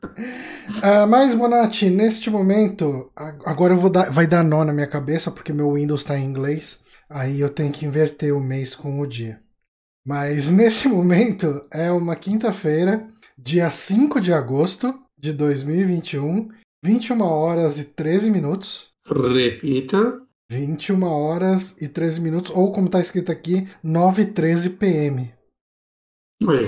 Mas, Bonatti, neste momento, agora vai dar nó na minha cabeça, porque meu Windows está em inglês, aí eu tenho que inverter o mês com o dia. Mas nesse momento é uma quinta-feira, dia 5 de agosto de 2021, 21 horas e 13 minutos. Repita. 21 horas e 13 minutos, ou como está escrito aqui, 9h13 PM. Oi.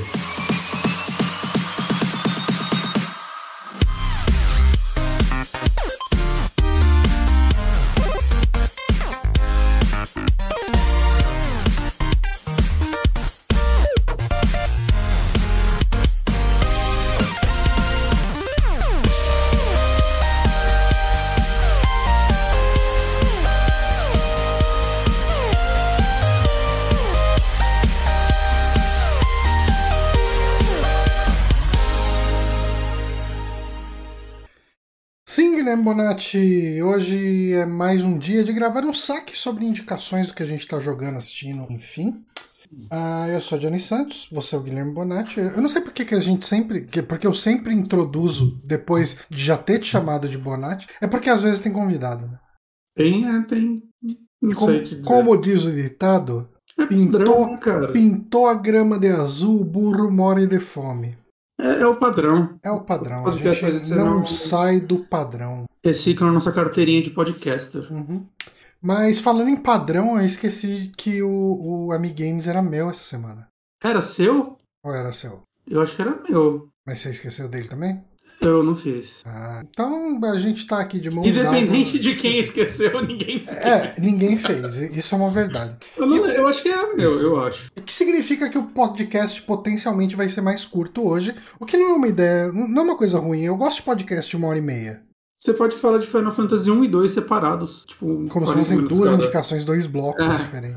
Sim, Guilherme Bonatti, hoje é mais um dia de gravar um saque sobre indicações do que a gente está jogando, assistindo, enfim. Eu sou Johnny Santos, você é o Guilherme Bonatti. Eu não sei porque que a gente sempre. Porque eu sempre introduzo depois de já ter te chamado de Bonatti. É porque às vezes tem convidado, né? Tem. Não sei te dizer. Como diz o ditado, É padrão, cara. pintou a grama de azul, o burro morre de fome. É o padrão. É o padrão, a Podcast gente não sai do padrão. Recicla a nossa carteirinha de podcaster. Uhum. Mas falando em padrão, eu esqueci que o Amigames era meu essa semana. Era seu? Ou era seu? Eu acho que era meu. Mas você esqueceu dele também? Eu não fiz. Então a gente tá aqui de mãos Independente dadas, de quem esqueceu, ninguém fez. Ninguém fez. Isso é uma verdade. Eu acho que era meu, eu acho. O que significa que o podcast potencialmente vai ser mais curto hoje, o que não é uma ideia, não é uma coisa ruim. Eu gosto de podcast de 1h30. Você pode falar de Final Fantasy 1 e 2 separados. Tipo, como se fossem duas indicações, 2 blocos diferentes.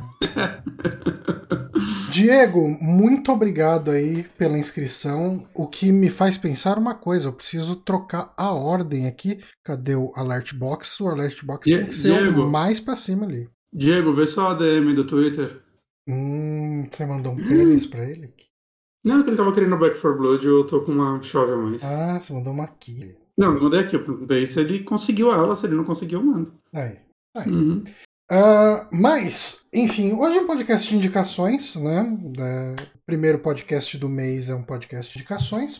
Diego, muito obrigado aí pela inscrição. O que me faz pensar uma coisa, eu preciso trocar a ordem aqui. Cadê o Alert Box? O Alert Box tem que ser o mais pra cima ali. Diego, vê só a DM do Twitter. Você mandou um pênis pra ele? Não, que ele tava querendo Back 4 Blood, eu tô com uma chove a mais. Você mandou uma aqui. Não, eu mandei aqui. Eu perguntei se ele conseguiu ela, se ele não conseguiu, mano. Aí. Uhum. Mas, enfim, hoje é um podcast de indicações, né? O primeiro podcast do mês é um podcast de indicações.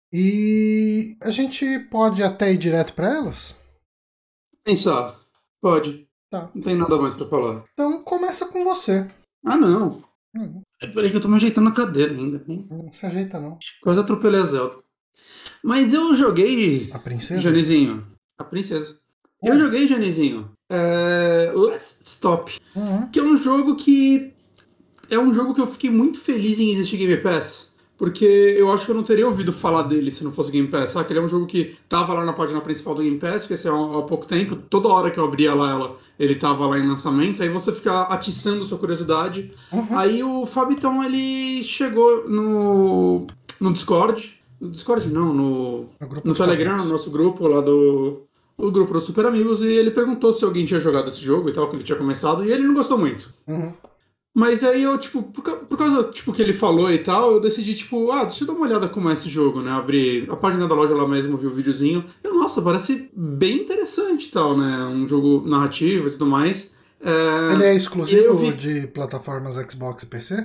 E a gente pode até ir direto para elas? Pensar. Pode. Tá. Não tem nada mais pra falar. Então começa com você. Não. Peraí que eu tô me ajeitando na cadeira ainda. Não se ajeita, não. Quase atropelei a Zelda. Mas eu joguei... A princesa? Janizinho. A princesa. Eu joguei, Janizinho. Last Stop. Que é um jogo que... É um jogo que eu fiquei muito feliz em existir Game Pass. Porque eu acho que eu não teria ouvido falar dele se não fosse Game Pass, sabe? Ele é um jogo que tava lá na página principal do Game Pass, que há pouco tempo, toda hora que eu abria lá ele tava lá em lançamentos, aí você fica atiçando sua curiosidade. Aí o Fabitão, ele chegou no Discord. No Discord não, no Telegram, no nosso grupo lá o grupo dos Super Amigos, e ele perguntou se alguém tinha jogado esse jogo e tal, que ele tinha começado, e ele não gostou muito. Mas aí eu, tipo, por causa, tipo, que ele falou e tal, eu decidi, tipo, deixa eu dar uma olhada como é esse jogo, né? Abri a página da loja lá mesmo, vi o videozinho. Nossa, parece bem interessante e tal, né? Um jogo narrativo e tudo mais. Ele é exclusivo de plataformas Xbox e PC?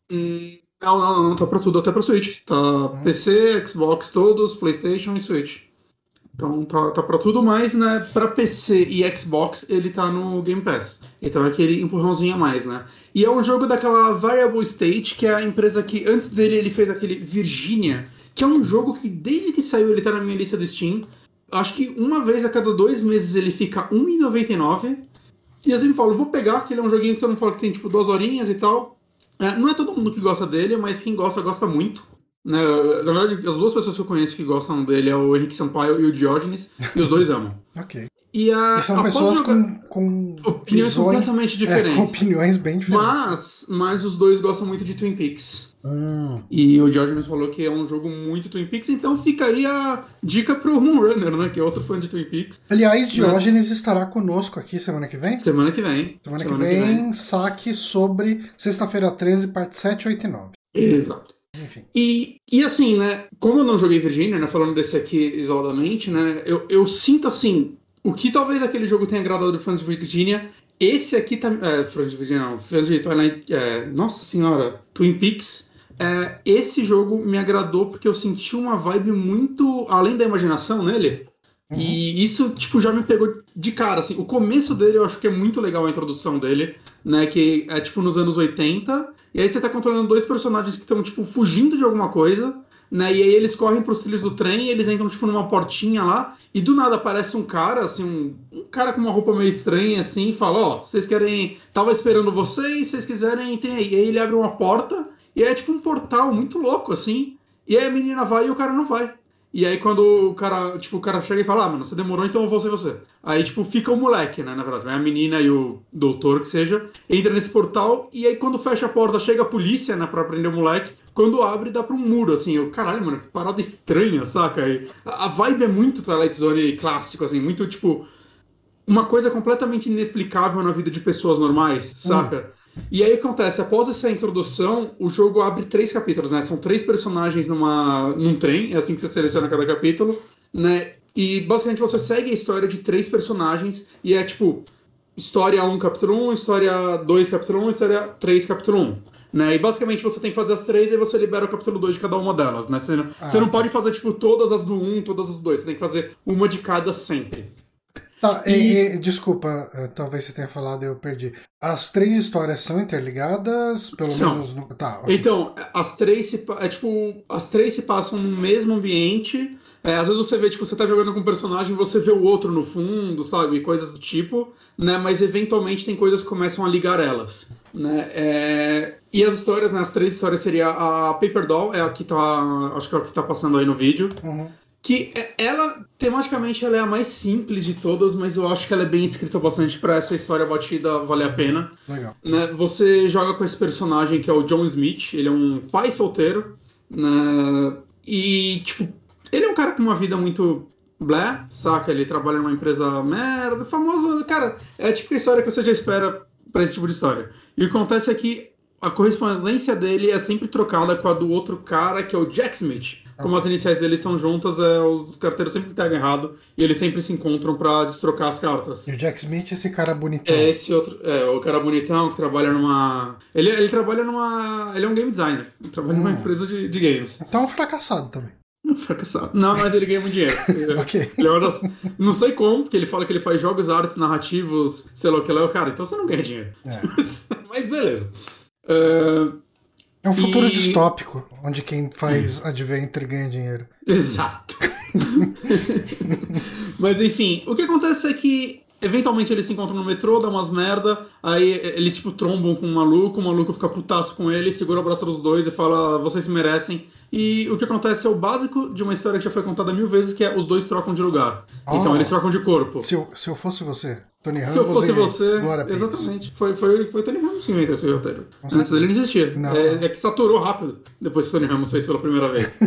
Não, tá pra tudo, até pra Switch. Tá PC, Xbox todos, PlayStation e Switch. Então tá pra tudo, mas, né, pra PC e Xbox ele tá no Game Pass. Então é aquele empurrãozinho a mais, né? E é um jogo daquela Variable State, que é a empresa que antes dele ele fez aquele Virginia, que é um jogo que desde que saiu ele tá na minha lista do Steam. Acho que uma vez a cada 2 meses ele fica R$1,99. E eu sempre falo, vou pegar, que ele é um joguinho que todo mundo fala que tem tipo 2 horinhas e tal. Não é todo mundo que gosta dele, mas quem gosta, gosta muito. Né? Na verdade, as 2 pessoas que eu conheço que gostam dele é o Henrique Sampaio e o Diógenes, e os 2 amam. Ok. E são pessoas com opiniões completamente diferentes. Com opiniões bem diferentes. Mas os 2 gostam muito de Twin Peaks. E o Diógenes falou que é um jogo muito Twin Peaks, então fica aí a dica pro Moonrunner, né? Que é outro fã de Twin Peaks. Aliás, Diógenes estará conosco aqui semana que vem? Semana que vem. Semana que vem, saque sobre Sexta-feira 13, parte 7, 8 e 9. Exato. enfim. E assim, né, como eu não joguei Virginia, né, falando desse aqui isoladamente, né, eu sinto assim, o que talvez aquele jogo tenha agradado fãs de Virginia, esse aqui tá... fãs de Virginia não, fãs de Twilight... nossa senhora, Twin Peaks. Esse jogo me agradou porque eu senti uma vibe muito além da imaginação nele. Uhum. E isso, tipo, já me pegou de cara, assim. O começo dele eu acho que é muito legal a introdução dele, né? Que é, tipo, nos anos 80. E aí você tá controlando dois personagens que estão, tipo, fugindo de alguma coisa, né? E aí eles correm pros trilhos do trem e eles entram, tipo, numa portinha lá. E do nada aparece um cara, assim, um cara com uma roupa meio estranha, assim, e fala, ó, vocês querem... Tava esperando vocês, se vocês quiserem, entrem aí. E aí ele abre uma porta e é, tipo, um portal muito louco, assim. E aí a menina vai e o cara não vai. E aí quando o cara, tipo, o cara chega e fala, mano, você demorou, então eu vou ser você. Aí, tipo, fica o moleque, né, na verdade. A menina e o doutor, que seja, entra nesse portal, e aí quando fecha a porta, chega a polícia, né, pra prender o moleque. Quando abre, dá pra um muro, assim. Eu, caralho, mano, que parada estranha, saca? E a vibe é muito Twilight Zone clássico, assim, muito, tipo, uma coisa completamente inexplicável na vida de pessoas normais, saca? E aí acontece, após essa introdução, o jogo abre 3 capítulos, né? São 3 personagens num trem, é assim que você seleciona cada capítulo, né? E basicamente você segue a história de 3 personagens e é tipo, história 1, capítulo 1, história 2, capítulo 1, história 3, capítulo 1. Né? E basicamente você tem que fazer as 3 e você libera o capítulo 2 de cada uma delas, né? Você não pode fazer, tipo, todas as do 1, todas as do 2. Você tem que fazer uma de cada sempre. Tá, desculpa, talvez você tenha falado e eu perdi. As 3 histórias são interligadas? Pelo menos no. Tá, okay. Então, as 3 se passam no mesmo ambiente. Às vezes você vê, tipo, você tá jogando com um personagem e você vê o outro no fundo, sabe? Coisas do tipo, né? Mas eventualmente tem coisas que começam a ligar elas. Né? E as histórias, né? As 3 histórias seria a Paper Doll, é a que tá. Acho que é a que tá passando aí no vídeo. Uhum. Que ela, tematicamente, ela é a mais simples de todas, mas eu acho que ela é bem escrita bastante pra essa história batida valer a pena. Legal. Né? Você joga com esse personagem que é o John Smith, ele é um pai solteiro, né? E, tipo, ele é um cara com uma vida muito blé, saca? Ele trabalha numa empresa merda, famoso, cara, é a típica história que você já espera pra esse tipo de história. E o que acontece é que a correspondência dele é sempre trocada com a do outro cara, que é o Jack Smith. Como as iniciais deles são juntas, os carteiros sempre pegam errado e eles sempre se encontram pra destrocar as cartas. E o Jack Smith, esse cara bonitão. É esse outro, o cara bonitão que trabalha numa... Ele trabalha numa... Ele é um game designer, ele trabalha numa empresa de games. Então é um fracassado também. Fracassado. Não, mas ele ganha muito dinheiro. Ok. Ele é uma das... Não sei como, porque ele fala que ele faz jogos, artes, narrativos, sei lá o que lá. Cara, então você não ganha dinheiro. Mas beleza. É um futuro distópico, onde quem faz adventure ganha dinheiro. Exato. Mas enfim, o que acontece é que eventualmente eles se encontram no metrô, dá umas merda, aí eles tipo trombam com o maluco fica putaço com ele, segura o braço dos dois e fala, vocês se merecem. E o que acontece é o básico de uma história que já foi contada 1000 vezes, que é os dois trocam de lugar. Então eles trocam de corpo. Se eu fosse você, Tony Ramos. Se eu fosse você, Glória exatamente. Foi Tony Ramos que inventou esse roteiro. Antes dele não existia. Não. É que saturou rápido depois que o Tony Ramos fez pela primeira vez.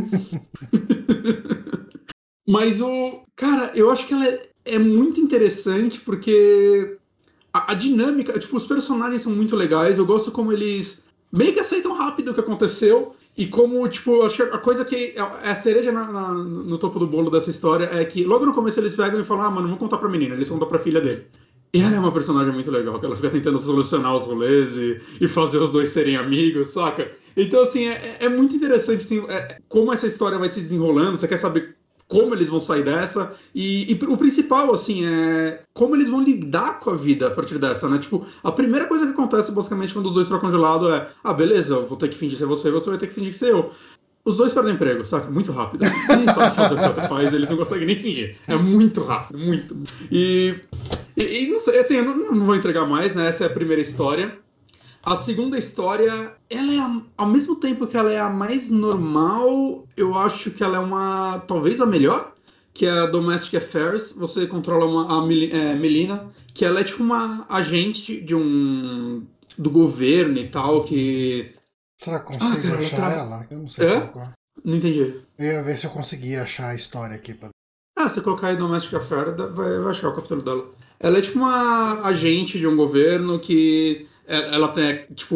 Mas cara, eu acho que ela é muito interessante porque a dinâmica, tipo, os personagens são muito legais. Eu gosto como eles meio que aceitam rápido o que aconteceu. E como, tipo, acho que a coisa que é a cereja no topo do bolo dessa história é que logo no começo eles pegam e falam, mano, não vou contar pra menina, eles contam pra filha dele. E ela é uma personagem muito legal, que ela fica tentando solucionar os rolês e fazer os dois serem amigos, saca? Então, assim, é muito interessante, assim, como essa história vai se desenrolando, você quer saber como eles vão sair dessa, e o principal, assim, é como eles vão lidar com a vida a partir dessa, né? Tipo, a primeira coisa que acontece, basicamente, quando os dois trocam de lado é, beleza, eu vou ter que fingir ser você vai ter que fingir ser eu. Os dois perdem emprego, saca? Muito rápido. Um sabe fazer o que o outro faz, eles não conseguem nem fingir. É muito rápido, muito. E não sei, assim, eu não vou entregar mais, né? Essa é a primeira história. A segunda história, ela é, ao mesmo tempo que ela é a mais normal, eu acho que ela é talvez a melhor, que é a Domestic Affairs. Você controla a Melina, que ela é tipo uma agente do governo e tal, que... Será que eu consigo achar ela? Eu não sei se eu... Não entendi. Eu ia ver se eu conseguia achar a história aqui. Se você colocar aí Domestic Affairs, vai achar o capítulo dela. Ela é tipo uma agente de um governo que... Ela tem, tipo...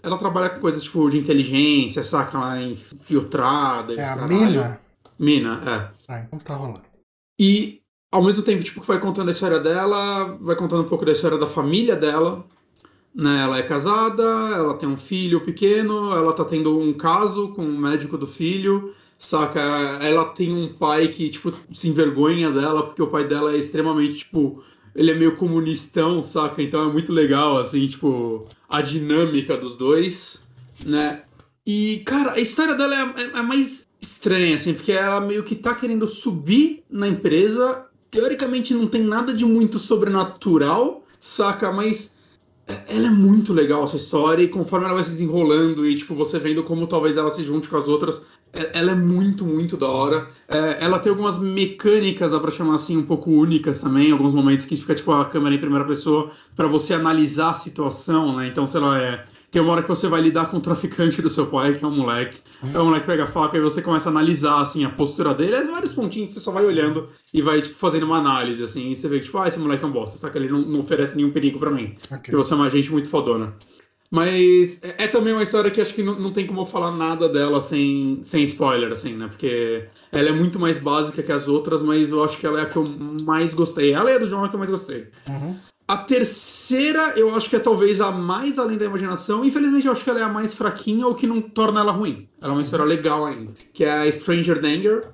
ela trabalha com coisas, tipo, de inteligência, saca? Lá infiltrada. É a caralho. Mina? Mina, é. Ah, então tá rolando. E, ao mesmo tempo, tipo, que vai contando a história dela, vai contando um pouco da história da família dela, né? Ela é casada, ela tem um filho pequeno, ela tá tendo um caso com o médico do filho, saca? Ela tem um pai que, tipo, se envergonha dela, porque o pai dela é extremamente, tipo, ele é meio comunistão, saca? Então é muito legal, assim, tipo, a dinâmica dos dois, né? E, cara, a história dela é mais estranha, assim, porque ela meio que tá querendo subir na empresa. Teoricamente não tem nada de muito sobrenatural, saca? Mas ela é muito legal essa história, e conforme ela vai se desenrolando e, tipo, você vendo como talvez ela se junte com as outras, ela é muito, muito da hora. Ela tem algumas mecânicas, dá pra chamar assim, um pouco únicas também, alguns momentos que fica, tipo, a câmera em primeira pessoa pra você analisar a situação, né? Então, sei lá, tem uma hora que você vai lidar com o traficante do seu pai, que é um moleque. Aí o moleque pega a faca e você começa a analisar, assim, a postura dele. É vários pontinhos que você só vai olhando e vai, tipo, fazendo uma análise, assim. E você vê que, tipo, esse moleque é um bosta, saca? Ele não oferece nenhum perigo pra mim. Ok. Porque você é uma gente muito fodona. Mas é também uma história que acho que não tem como eu falar nada dela sem spoiler, assim, né? Porque ela é muito mais básica que as outras, mas eu acho que ela é a que eu mais gostei. Ela é a do João que eu mais gostei. Uhum. A terceira, eu acho que é talvez a mais além da imaginação. Infelizmente, eu acho que ela é a mais fraquinha, o que não torna ela ruim. Ela é uma história legal ainda. Que é a Stranger Danger.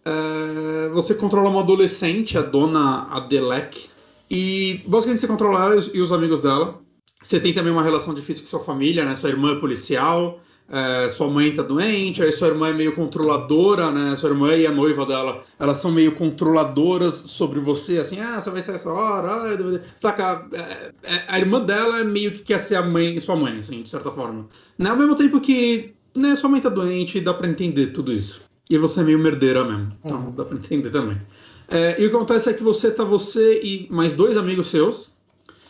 Você controla uma adolescente, a dona Adelec. E basicamente você controla ela e os amigos dela. Você tem também uma relação difícil com sua família, né? Sua irmã é policial, sua mãe tá doente, aí sua irmã é meio controladora, né? Sua irmã e a noiva dela, elas são meio controladoras sobre você, assim, você vai ser essa hora, saca? A irmã dela é meio que quer ser a mãe, sua mãe, assim, de certa forma. Né? Ao mesmo tempo que, né, sua mãe tá doente, dá pra entender tudo isso. E você é meio merdeira mesmo, então dá pra entender também. E o que acontece é que você e mais 2 amigos seus,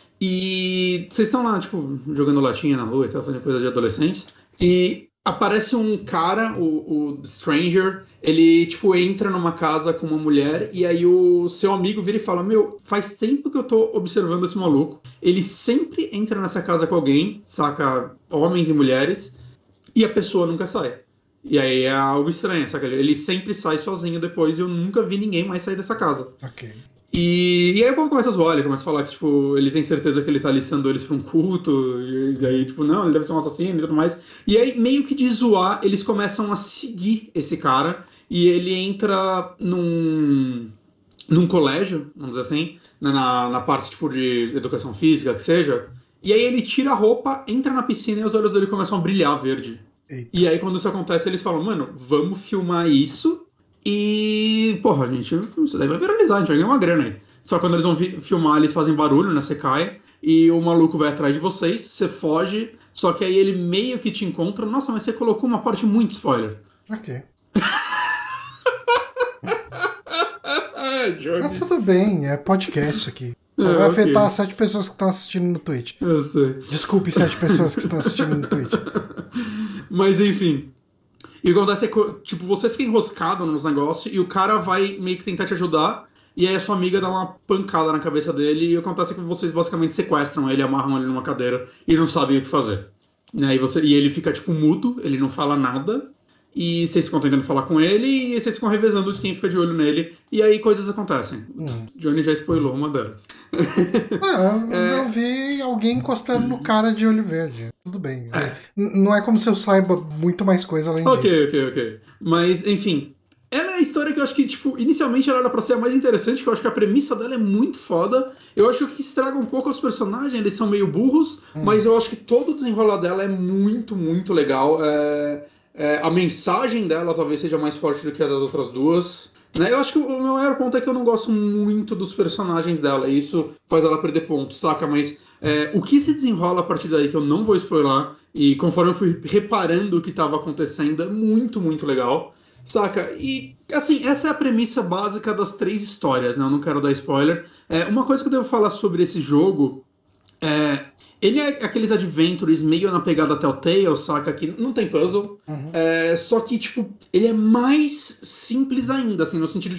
e vocês estão lá, tipo, jogando latinha na rua e tal, fazendo coisa de adolescentes. E aparece um cara, o Stranger, ele, tipo, entra numa casa com uma mulher e aí o seu amigo vira e fala: Meu, faz tempo que eu tô observando esse maluco. Ele sempre entra nessa casa com alguém, saca? Homens e mulheres, e a pessoa nunca sai. E aí é algo estranho, saca? Ele sempre sai sozinho depois e eu nunca vi ninguém mais sair dessa casa. Ok. E aí o povo começa a zoar, ele começa a falar que, tipo, ele tem certeza que ele tá alistando eles pra um culto, e aí, tipo, não, ele deve ser um assassino e tudo mais. E aí, meio que de zoar, eles começam a seguir esse cara, e ele entra num colégio, vamos dizer assim, né, na parte, tipo, de educação física, que seja, e aí ele tira a roupa, entra na piscina e os olhos dele começam a brilhar verde. Eita. E aí, quando isso acontece, eles falam, mano, vamos filmar isso. E, porra, gente, isso daí vai viralizar, a gente vai ganhar uma grana aí. Só que quando eles vão filmar, eles fazem barulho, né? Você cai, e o maluco vai atrás de vocês, você foge, só que aí ele meio que te encontra. Nossa, mas você colocou uma parte muito spoiler. Ok. Johnny. Mas tudo bem, é podcast aqui. Só vai ok. afetar 7 pessoas que estão assistindo no Twitch. Eu sei. Desculpe 7 pessoas que estão assistindo no Twitch. Mas enfim. E o que acontece é que, tipo, você fica enroscado nos negócios e o cara vai meio que tentar te ajudar. E aí a sua amiga dá uma pancada na cabeça dele. E o que acontece é que vocês basicamente sequestram ele, amarram ele numa cadeira e não sabem o que fazer. E ele fica, tipo, mudo, ele não fala nada. E vocês ficam tentando falar com ele e vocês ficam revezando de quem fica de olho nele. E aí coisas acontecem. Johnny já spoilou uma delas. Eu vi alguém encostando no cara de olho verde. Tudo bem. Não é como se eu saiba muito mais coisa além disso. Ok. Mas, enfim. Ela é a história que eu acho que, tipo, inicialmente ela era pra ser a mais interessante, que eu acho que a premissa dela é muito foda. Eu acho que estraga um pouco os personagens, eles são meio burros, mas eu acho que todo o desenrolar dela é muito, muito legal. A mensagem dela talvez seja mais forte do que a das outras duas. Né? Eu acho que o meu maior ponto é que eu não gosto muito dos personagens dela, e isso faz ela perder pontos, saca? Mas o que se desenrola a partir daí, que eu não vou spoiler, e conforme eu fui reparando o que estava acontecendo, é muito, muito legal. Saca? E, assim, essa é a premissa básica das 3 histórias, né? Eu não quero dar spoiler. Uma coisa que eu devo falar sobre esse jogo ele é aqueles adventures meio na pegada Telltale, saca? Que não tem puzzle. Só que, tipo, ele é mais simples ainda, assim, no sentido, tipo,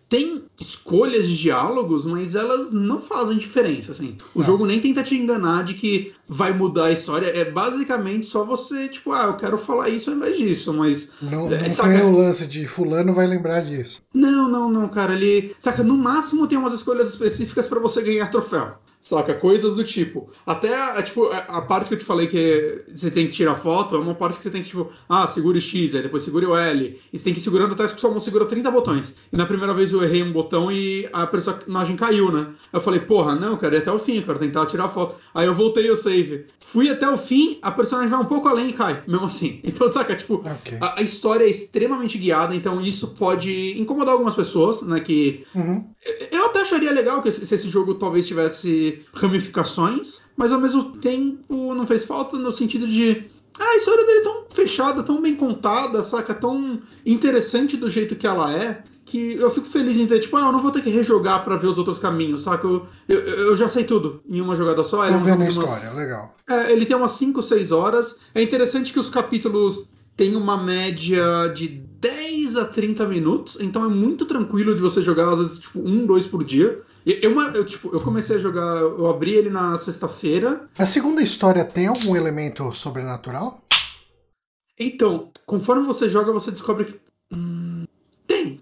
tem escolhas de diálogos, mas elas não fazem diferença, assim. O jogo nem tenta te enganar de que vai mudar a história. É basicamente só você, tipo, eu quero falar isso ao invés disso, mas... Não tem o lance de fulano vai lembrar disso. Não, cara. Ele... Saca, no máximo tem umas escolhas específicas pra você ganhar troféu. Saca? Coisas do tipo. Até, tipo, a parte que eu te falei que você tem que tirar foto, é uma parte que você tem que, tipo, segure o X, aí depois segure o L. E você tem que ir segurando até que sua mão segura 30 botões. E na primeira vez eu errei um botão e a personagem caiu, né? Eu falei, porra, não, cara, ir até o fim, eu quero tentar tirar foto. Aí eu voltei o save. Fui até o fim, a personagem vai um pouco além e cai, mesmo assim. Então, saca, tipo, a história é extremamente guiada, então isso pode incomodar algumas pessoas, né, que... Eu até acharia legal que se esse jogo talvez tivesse ramificações, mas ao mesmo tempo não fez falta no sentido de a história dele é tão fechada, tão bem contada, saca? Tão interessante do jeito que ela é, que eu fico feliz em ter, tipo, eu não vou ter que rejogar pra ver os outros caminhos, saca? Eu já sei tudo em uma jogada só. Tô vendo a história, legal. Ele tem umas 5, 6 horas. É interessante que os capítulos têm uma média de 10 a 30 minutos, então é muito tranquilo de você jogar, às vezes, tipo, 1, 2 por dia. Eu comecei a jogar, eu abri ele na sexta-feira. A segunda história tem algum elemento sobrenatural? Então, conforme você joga, você descobre que... Tem.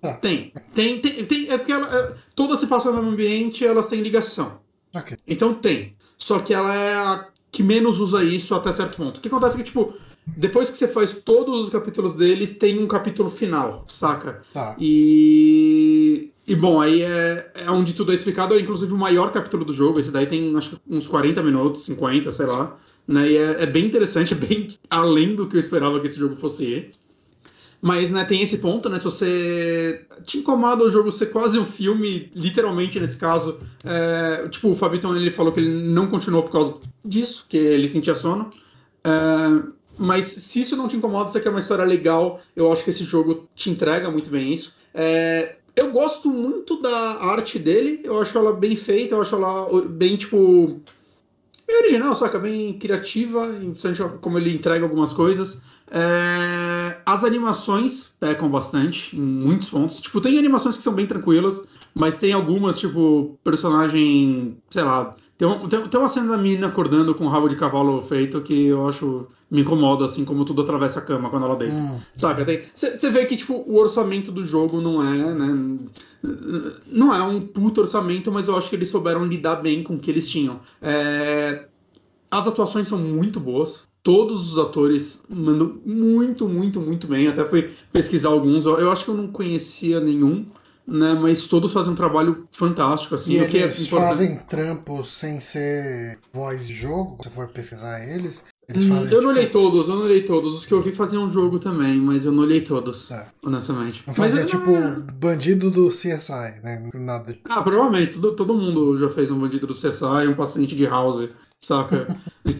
É porque todas se passam no mesmo ambiente, elas têm ligação. Okay. Então tem. Só que ela é a que menos usa isso até certo ponto. O que acontece é que, tipo, depois que você faz todos os capítulos deles, tem um capítulo final, saca? Tá. E bom, aí é onde tudo é explicado, é inclusive o maior capítulo do jogo. Esse daí tem, acho que uns 40 minutos, 50, sei lá. Né? E é bem interessante, é bem além do que eu esperava que esse jogo fosse. Mas, né, tem esse ponto, né? Se você te incomoda o jogo ser quase um filme, literalmente nesse caso. Tipo, o Fabitão, ele falou que ele não continuou por causa disso, que ele sentia sono. Mas se isso não te incomoda, você quer uma história legal, eu acho que esse jogo te entrega muito bem isso. Eu gosto muito da arte dele, eu acho ela bem feita, eu acho ela bem, tipo... bem original, saca? Bem criativa, como ele entrega algumas coisas. As animações pecam bastante, em muitos pontos. Tipo, tem animações que são bem tranquilas, mas tem algumas, tipo, personagem, sei lá... Tem uma cena da menina acordando com o rabo de cavalo feito que eu acho... me incomoda, assim, como tudo atravessa a cama quando ela deita. Saca? Você vê que, tipo, o orçamento do jogo não é, né? Não é um puto orçamento, mas eu acho que eles souberam lidar bem com o que eles tinham. As atuações são muito boas. Todos os atores mandam muito, muito, muito bem. Até fui pesquisar alguns. Eu acho que eu não conhecia nenhum, né? Mas todos fazem um trabalho fantástico, assim. E eles fazem trampos sem ser voz de jogo? Se você for pesquisar eles fazem, eu não olhei todos. Os que eu vi faziam um jogo também, mas eu não olhei todos, honestamente. Não fazia tipo bandido do CSI, né? Nada. Provavelmente. Todo mundo já fez um bandido do CSI, um paciente de House, saca?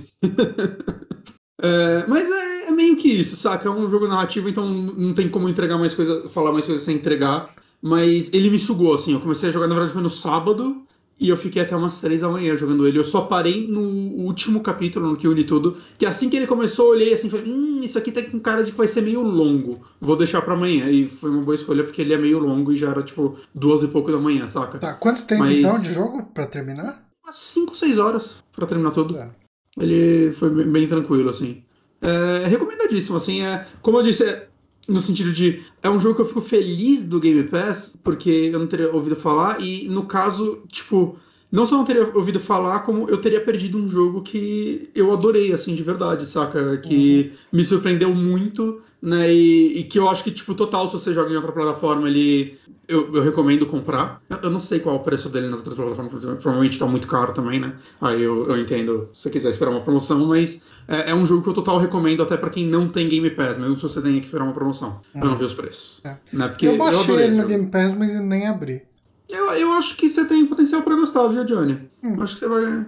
Mas é meio que isso, saca? É um jogo narrativo, então não tem como entregar mais coisa, falar mais coisas sem entregar. Mas ele me sugou, assim. Eu comecei a jogar, na verdade, foi no sábado. E eu fiquei até umas 3 da manhã jogando ele. Eu só parei no último capítulo, no que une tudo. Que assim que ele começou, eu olhei assim e falei, isso aqui tá com cara de que vai ser meio longo. Vou deixar pra amanhã. E foi uma boa escolha, porque ele é meio longo e já era, tipo, 2 e pouco da manhã, saca? Tá, quanto tempo então de jogo pra terminar? Umas 5, 6 horas pra terminar tudo. Ele foi bem tranquilo, assim. Recomendadíssimo, assim. Como eu disse, no sentido de... é um jogo que eu fico feliz do Game Pass, porque eu não teria ouvido falar, e no caso, tipo... não só não teria ouvido falar, como eu teria perdido um jogo que eu adorei, assim, de verdade, saca? Que me surpreendeu muito, né? E que eu acho que, tipo, total, se você joga em outra plataforma, eu recomendo comprar. Eu não sei qual é o preço dele nas outras plataformas, provavelmente tá muito caro também, né? Aí eu entendo se você quiser esperar uma promoção, mas é um jogo que eu total recomendo até pra quem não tem Game Pass, mesmo se você tem que esperar uma promoção. Eu não vi os preços. Né? Porque eu baixei ele no Game Pass, mas nem abri. Eu acho que você tem potencial pra gostar, viu, Johnny? Acho que você vai...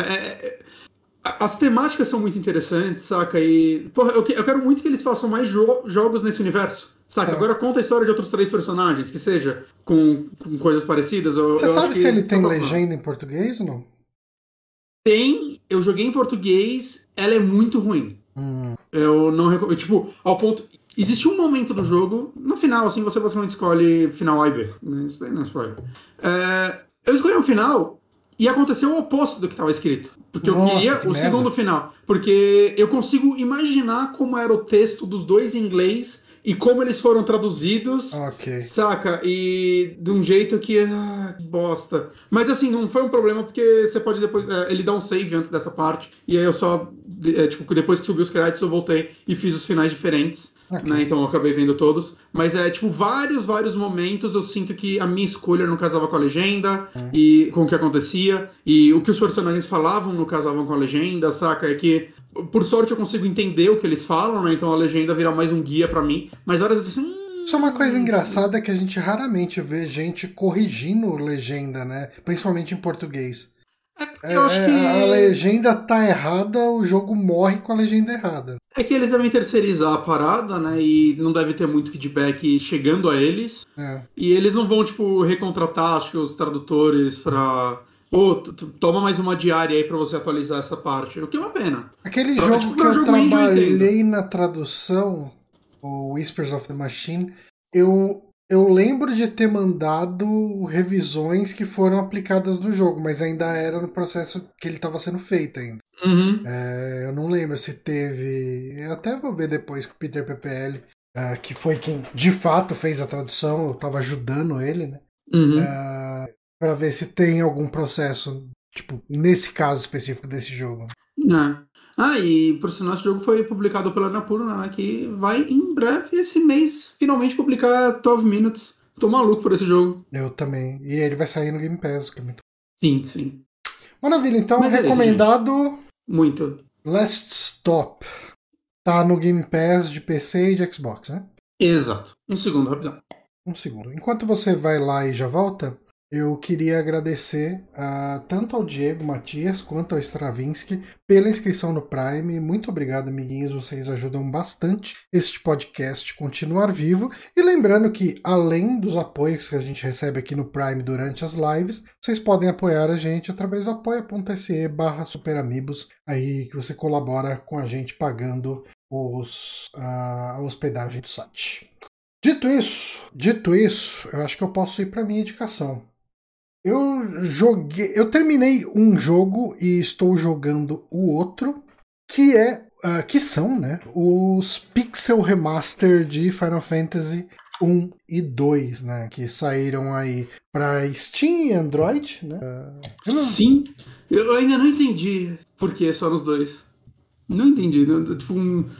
as temáticas são muito interessantes, saca? E, porra, eu quero muito que eles façam mais jogos nesse universo, saca? Agora conta a história de outros 3 personagens, que seja com coisas parecidas. Você sabe se ele tem legenda em português ou não? Tem, eu joguei em português, ela é muito ruim. Eu não recomendo. Tipo, ao ponto... existe um momento do jogo, no final, assim, você basicamente escolhe final A e B. Né? Isso daí não é spoiler. Eu escolhi um final e aconteceu o oposto do que estava escrito. Porque eu queria o segundo final. Porque eu consigo imaginar como era o texto dos dois em inglês e como eles foram traduzidos, saca? E de um jeito que bosta. Mas assim, não foi um problema porque você pode depois... ele dá um save antes dessa parte. E aí eu só... tipo, depois que subiu os créditos eu voltei e fiz os finais diferentes. Né? Então eu acabei vendo todos. Mas tipo, vários momentos eu sinto que a minha escolha não casava com a legenda e com o que acontecia. E o que os personagens falavam não casavam com a legenda, saca? É que, por sorte, eu consigo entender o que eles falam, né? Então a legenda vira mais um guia pra mim. Mas várias vezes assim... Só uma coisa engraçada é que a gente raramente vê gente corrigindo legenda, né? Principalmente em português. Eu acho que a legenda tá errada, o jogo morre com a legenda errada. É que eles devem terceirizar a parada, né? E não deve ter muito feedback chegando a eles. E eles não vão, tipo, recontratar, acho que os tradutores pra... toma mais uma diária aí pra você atualizar essa parte. O que é uma pena. Aquele jogo que eu trabalhei na tradução, o Whispers of the Machine, eu lembro de ter mandado revisões que foram aplicadas no jogo, mas ainda era no processo que ele estava sendo feito ainda. Eu não lembro se teve... Eu até vou ver depois com o Peter PPL, que foi quem de fato fez a tradução, eu estava ajudando ele, né? Para ver se tem algum processo, tipo, nesse caso específico desse jogo. E por sinal, esse jogo foi publicado pela Annapurna, né? Que vai em breve, esse mês, finalmente publicar 12 Minutes. Tô maluco por esse jogo. Eu também. E ele vai sair no Game Pass, que é muito... Sim. Maravilha, então, mas recomendado... Muito. Last Stop. Tá no Game Pass de PC e de Xbox, né? Exato. Um segundo, rapidão. Um segundo. Enquanto você vai lá e já volta, eu queria agradecer tanto ao Diego Matias quanto ao Stravinsky pela inscrição no Prime. Muito obrigado, amiguinhos. Vocês ajudam bastante este podcast continuar vivo. E lembrando que, além dos apoios que a gente recebe aqui no Prime durante as lives, vocês podem apoiar a gente através do apoia.se/superamigos, aí que você colabora com a gente pagando a hospedagem do site. Dito isso, eu acho que eu posso ir para minha indicação. Eu terminei um jogo e estou jogando o outro, que são, né, os Pixel Remaster de Final Fantasy 1 e 2, né, que saíram aí para Steam e Android, né? Sim, eu ainda não entendi por que só nos dois. Não entendi, tipo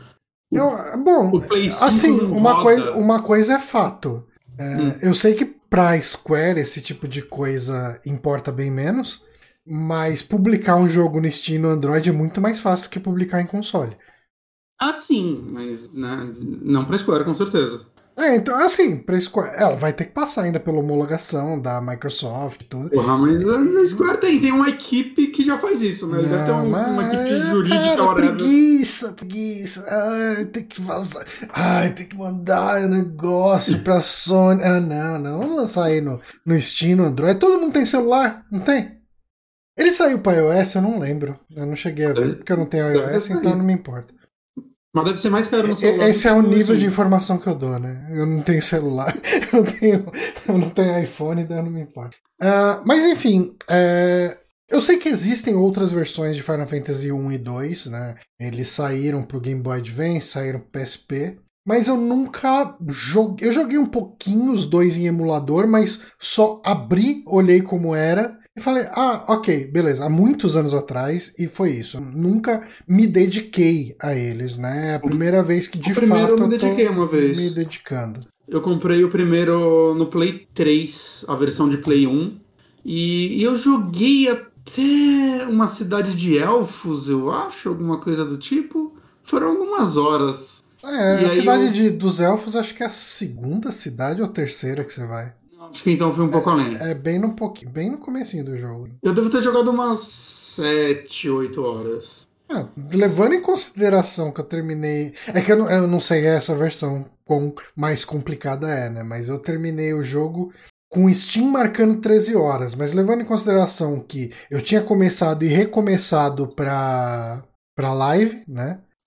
bom, assim, uma coisa é fato. Eu sei que pra Square esse tipo de coisa importa bem menos, mas publicar um jogo no Steam e no Android é muito mais fácil do que publicar em console. Sim, mas não pra Square, com certeza. Então, assim, pra Square, ela vai ter que passar ainda pela homologação da Microsoft e tudo. Porra, mas a Square tem uma equipe que já faz isso, né? Ele deve ter uma equipe jurídica. Cara, preguiça. Tem que vazar. Tem que mandar o negócio pra Sony. Não. Vamos lançar aí no Steam, no Android. Todo mundo tem celular, não tem? Ele saiu pra iOS, eu não lembro. Eu não cheguei a ver, porque eu não tenho iOS, então não me importa. Mas deve ser mais caro no celular. Esse é o nível de informação que eu dou, né? Eu não tenho celular, eu não tenho iPhone, então não me importa. Mas enfim, eu sei que existem outras versões de Final Fantasy 1 e 2, né? Eles saíram pro Game Boy Advance, saíram pro PSP. Mas eu nunca joguei. Eu joguei um pouquinho os dois em emulador, mas só abri, olhei como era e falei, ok, beleza, há muitos anos atrás, e foi isso. Eu nunca me dediquei a eles, né? É a primeira vez que de fato eu me dediquei uma vez. Me dedicando. Eu comprei o primeiro no Play 3, a versão de Play 1, e eu joguei até uma cidade de elfos, eu acho, alguma coisa do tipo. Foram algumas horas. A cidade dos elfos, acho que é a segunda cidade ou a terceira que você vai. Acho que então foi um pouco além. Bem no comecinho do jogo. Eu devo ter jogado umas 7, 8 horas. Levando em consideração que eu terminei... É que eu não sei essa versão quão mais complicada é, né? Mas eu terminei o jogo com Steam marcando 13 horas. Mas levando em consideração que eu tinha começado e recomeçado pra live, né?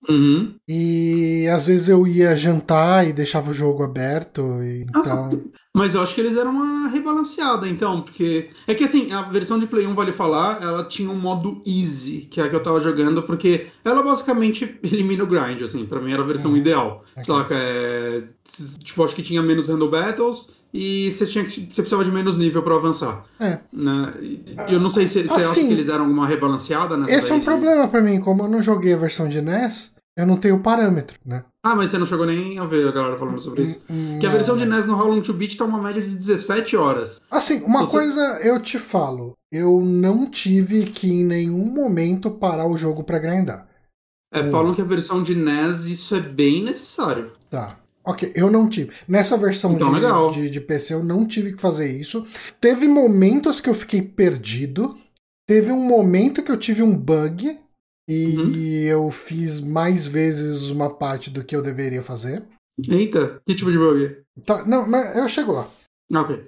Uhum. E às vezes eu ia jantar e deixava o jogo aberto, e Nossa, então... mas eu acho que eles eram uma rebalanceada, então, porque. É que assim, a versão de Play 1, vale falar, ela tinha um modo easy, que é a que eu tava jogando, porque ela basicamente elimina o grind, assim, pra mim era a versão Uhum, ideal. Sei lá, ok. tipo, acho que tinha menos Random Battles e você precisava de menos nível pra avançar. É. Né? E eu não sei se você acha que eles Assim, deram alguma rebalanceada nessa esse é daí um de. problema pra mim, como eu não joguei a versão de NES, eu não tenho parâmetro, né? Ah, mas você não chegou nem a ver a galera falando sobre isso. Que a Não, versão de não. NES no How Long to Beat tá uma média de 17 horas. Assim, Se uma você coisa eu te falo, eu não tive que em nenhum momento parar o jogo pra grindar. falam que a versão de NES isso é bem necessário. Tá. Ok, eu não tive. Nessa versão Então, legal. de PC eu não tive que fazer isso. Teve momentos que eu fiquei perdido. Teve um momento que eu tive um bug Uhum. e eu fiz mais vezes uma parte do que eu deveria fazer. Eita, que tipo de bug? Tá, não, mas eu chego lá. Ah, ok.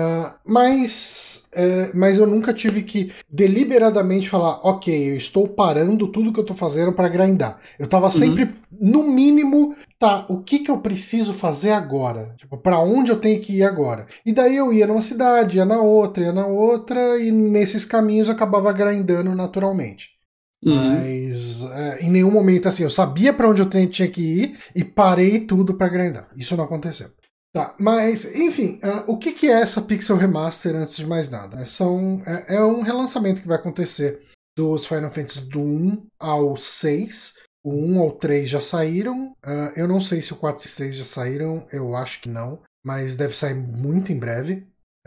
Mas eu nunca tive que deliberadamente falar, ok, eu estou parando tudo que eu estou fazendo para grindar. Eu estava Uhum. sempre, no mínimo, tá, o que eu preciso fazer agora? Tipo, para onde eu tenho que ir agora? E daí eu ia numa cidade, ia na outra, e nesses caminhos eu acabava grindando naturalmente. Uhum. Mas em nenhum momento assim, eu sabia para onde eu tinha que ir e parei tudo para grindar. Isso não aconteceu. Tá, mas, enfim, o que é essa Pixel Remaster antes de mais nada? É um relançamento que vai acontecer dos Final Fantasy do 1 ao 6. O 1 ao 3 já saíram. Eu não sei se o 4 e 6 já saíram, eu acho que não, mas deve sair muito em breve.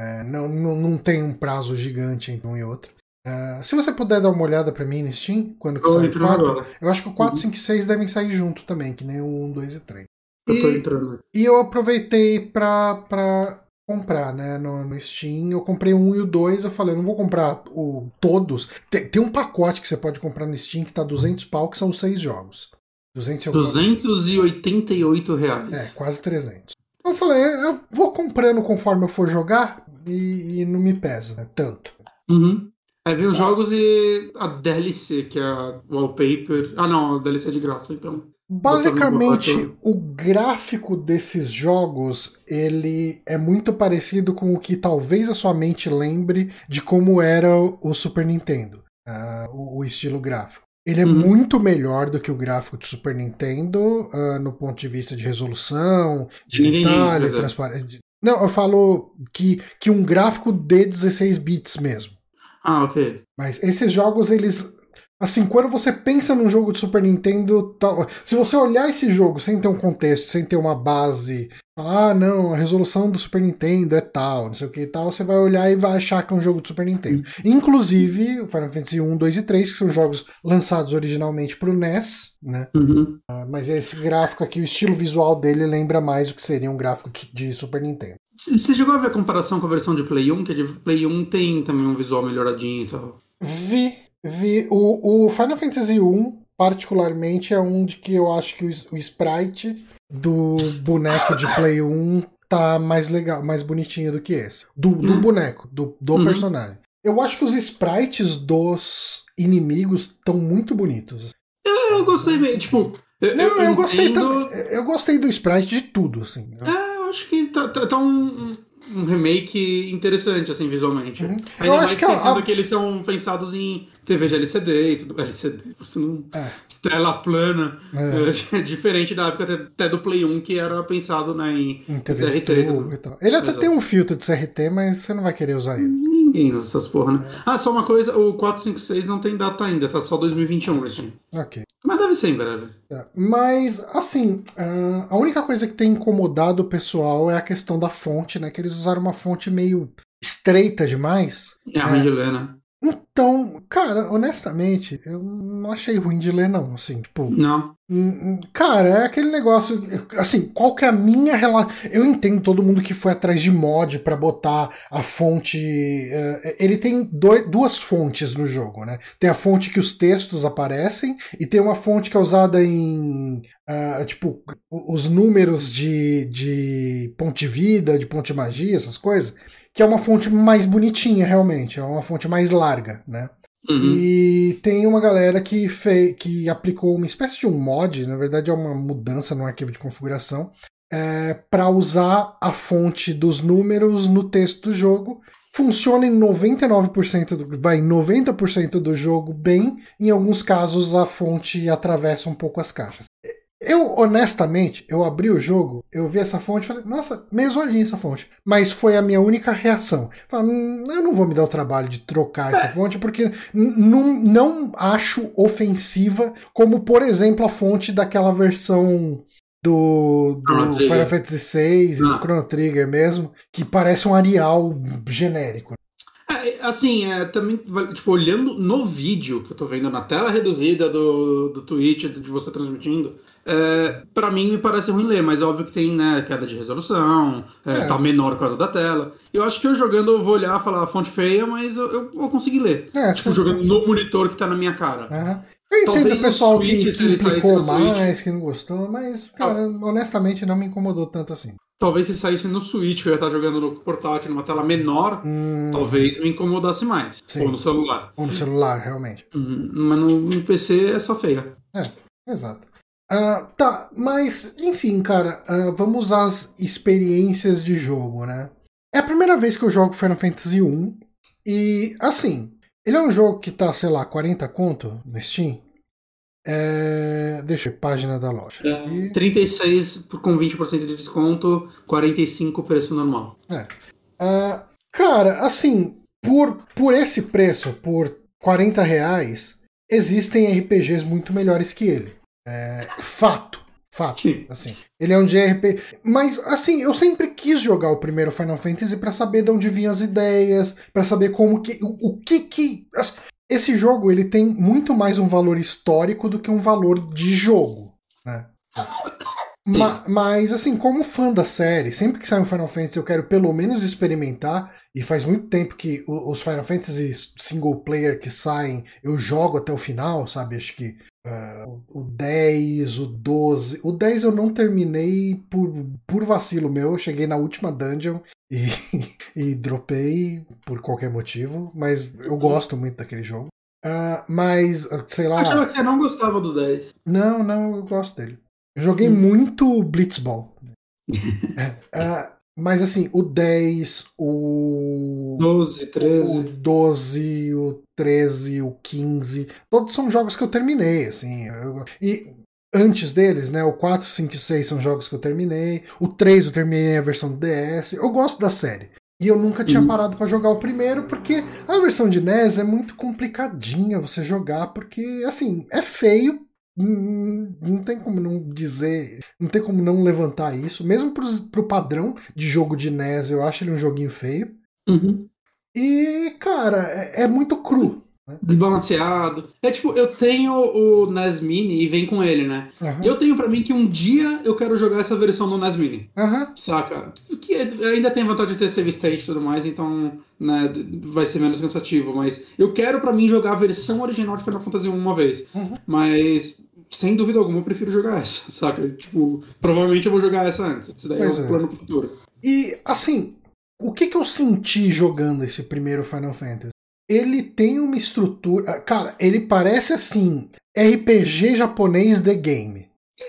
Não tem um prazo gigante entre um e outro. Se você puder dar uma olhada pra mim no Steam, quando que Tô sai o entrando 4, agora. eu acho que o 4, Uhum. 5 e 6 devem sair junto também, que nem o 1, 2 e 3. Eu tô E, entrando. e eu aproveitei pra comprar, né, no Steam. Eu comprei o 1 e o 2, eu falei, eu não vou comprar todos. Tem um pacote que você pode comprar no Steam que tá 200 pau, que são 6 jogos. 200 e alguma coisa. R$ 288. Quase 300. Eu falei, eu vou comprando conforme eu for jogar e não me pesa, né, tanto. Uhum. Aí vem os Ah, jogos e a DLC, que é a wallpaper. Ah, não, a DLC é de graça, então. Botando no pacote. Basicamente, o gráfico desses jogos, ele é muito parecido com o que talvez a sua mente lembre de como era o Super Nintendo, o estilo gráfico. Ele é Uhum. muito melhor do que o gráfico do Super Nintendo, no ponto de vista de resolução, de Entendi, detalhe, mas é. transparência. Não, eu falo que um gráfico de 16 bits mesmo. Ah, ok. Mas esses jogos, eles. Assim, quando você pensa num jogo de Super Nintendo, se você olhar esse jogo sem ter um contexto, sem ter uma base, falar, não, a resolução do Super Nintendo é tal, não sei o que e tal, você vai olhar e vai achar que é um jogo de Super Nintendo. Inclusive, o Final Fantasy 1, 2 e 3, que são jogos lançados originalmente para o NES, né? Uhum. Mas esse gráfico aqui, o estilo visual dele lembra mais o que seria um gráfico de Super Nintendo. Você chegou a ver a comparação com a versão de Play 1? Que a de Play 1 tem também um visual melhoradinho e tal. Vi. O Final Fantasy 1, particularmente, é um de que eu acho que o sprite do boneco de Play 1 tá mais legal, mais bonitinho do que esse. Do Né? boneco, do Uhum. personagem. Eu acho que os sprites dos inimigos estão muito bonitos. Eu gostei meio, tipo, eu Não, eu gostei também. entendo. Eu gostei do sprite de tudo, assim. Eu acho que tá um remake interessante, assim, visualmente. Uhum. Eu Ainda acho mais que pensando que eles são pensados em TV de LCD e tudo. LCD, você não. é, Tela plana. é, Diferente da época até do Play 1, que era pensado, né, em em TV de CRT e tubo e tudo. tal. Ele até tem Exato. um filtro de CRT, mas você não vai querer usar ele. Ninguém usa essas porra, né? É, Ah, só uma coisa, o 456 não tem data ainda, tá só 2021 no Steam. ok. Mas deve ser em breve. Mas, assim, a única coisa que tem incomodado o pessoal é a questão da fonte, né? Que eles usaram uma fonte meio estreita demais, É a ruim de né? ler, né? Então, cara, honestamente, eu não achei ruim de ler, não. Assim, tipo, Não. cara, é aquele negócio. Assim, qual que é a minha relação? Eu entendo todo mundo que foi atrás de mod pra botar a fonte. Ele tem duas fontes no jogo, né? Tem a fonte que os textos aparecem e tem uma fonte que é usada em. Tipo, os números de ponto de vida, de ponto de magia, essas coisas. Que é uma fonte mais bonitinha, realmente. É uma fonte mais larga, né? E tem uma galera que aplicou uma espécie de um mod, na verdade é uma mudança no arquivo de configuração, para usar a fonte dos números no texto do jogo. Funciona em 90% do jogo bem. Em alguns casos a fonte atravessa um pouco as caixas. Eu, honestamente, eu abri o jogo, eu vi essa fonte e falei, nossa, meio zoadinha essa fonte. Mas foi a minha única reação. Falei, eu não vou me dar o trabalho de trocar essa fonte, porque não acho ofensiva, como, por exemplo, a fonte daquela versão do Final Fantasy VI e do Chrono Trigger mesmo, que parece um Arial genérico. Assim, também, tipo, olhando no vídeo que eu tô vendo na tela reduzida do Twitch, de você transmitindo, pra mim me parece ruim ler, mas é óbvio que tem, né, queda de resolução, tá menor por causa da tela. Eu acho que eu jogando eu vou olhar e falar fonte feia, mas eu vou conseguir ler. Tipo, jogando no monitor que tá na minha cara. Eu entendo o pessoal que implicou mais, que não gostou, mas, cara, honestamente não me incomodou tanto assim. Talvez se saísse no Switch, que eu ia estar jogando no portátil, numa tela menor, talvez me incomodasse mais. Sim. Ou no celular. Ou no celular, realmente. Mas no PC é só feia. Exato. Tá, mas, enfim, cara, vamos às experiências de jogo, né? É a primeira vez que eu jogo Final Fantasy I, e, assim, ele é um jogo que tá, sei lá, 40 conto no Steam. Deixa eu ver, página da loja. 36 com 20% de desconto, 45 preço normal. Cara, assim, por esse preço, por R$40, existem RPGs muito melhores que ele. Fato. Sim. Assim, ele é um JRPG. Mas, assim, eu sempre quis jogar o primeiro Final Fantasy pra saber de onde vinham as ideias, pra saber como que. O que. Esse jogo ele tem muito mais um valor histórico do que um valor de jogo, né? Mas, assim, como fã da série, sempre que sai um Final Fantasy eu quero pelo menos experimentar, e faz muito tempo que os Final Fantasy single player que saem eu jogo até o final, sabe? Acho que o 10, o 12... O 10 eu não terminei por vacilo meu, eu cheguei na última dungeon e dropei por qualquer motivo, mas eu gosto muito daquele jogo. Mas, sei lá... Achava que você não gostava do 10. Não, eu gosto dele. Eu joguei muito Blitzball. Mas assim, o 10, o 12, 13. O 12, o 13, o 15, todos são jogos que eu terminei, assim. E antes deles, né, o 4, 5 e 6 são jogos que eu terminei. O 3 eu terminei a versão do DS. Eu gosto da série. E eu nunca tinha parado pra jogar o primeiro, porque a versão de NES é muito complicadinha você jogar, porque, assim, é feio. Não tem como não dizer, não tem como não levantar isso. Mesmo pro padrão de jogo de NES, eu acho ele um joguinho feio. E, cara, é muito cru. Né? Desbalanceado. Tipo, eu tenho o NES Mini e vem com ele, né? E eu tenho pra mim que um dia eu quero jogar essa versão do NES Mini. Saca? Que ainda tem a vantagem de ter save state e tudo mais, então, né, vai ser menos cansativo. Mas eu quero pra mim jogar a versão original de Final Fantasy 1 uma vez. Mas... sem dúvida alguma, eu prefiro jogar essa, saca? Tipo, provavelmente eu vou jogar essa antes. Isso daí é o plano pro futuro. E, assim, o que eu senti jogando esse primeiro Final Fantasy? Ele tem uma estrutura... Cara, ele parece, assim, RPG japonês The Game.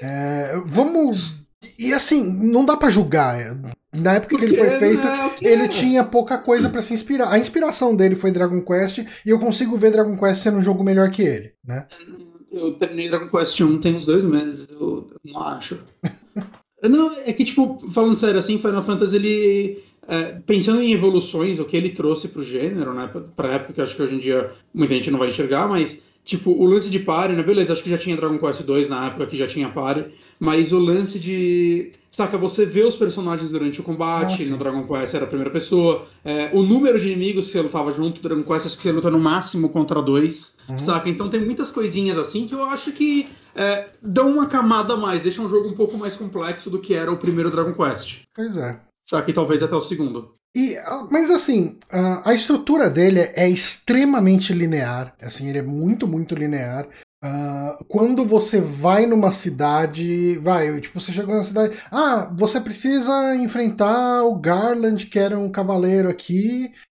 E, assim, não dá pra julgar. Na época que ele foi feito, ele tinha pouca coisa pra se inspirar. A inspiração dele foi Dragon Quest, e eu consigo ver Dragon Quest sendo um jogo melhor que ele, né? Eu terminei Dragon Quest 1 tem uns 2 meses, eu não acho. Não, é que, tipo, falando sério, assim, Final Fantasy, ele... pensando em evoluções, o que ele trouxe pro gênero, né? Pra época que eu acho que hoje em dia muita gente não vai enxergar, mas, tipo, o lance de party, né? Beleza, acho que já tinha Dragon Quest 2 na época que já tinha party, mas o lance de... Saca, você vê os personagens durante o combate, no Dragon Quest era a primeira pessoa, o número de inimigos que você lutava junto, Dragon Quest acho que você luta no máximo contra 2, saca? Então tem muitas coisinhas assim que eu acho que dão uma camada a mais, deixam o jogo um pouco mais complexo do que era o primeiro Dragon Quest. Pois é. Saca, e talvez até o segundo. Mas assim, a estrutura dele é extremamente linear, assim, ele é muito, muito linear. Quando você vai numa cidade, tipo, você chegou na cidade, você precisa enfrentar o Garland, que era um cavaleiro aqui,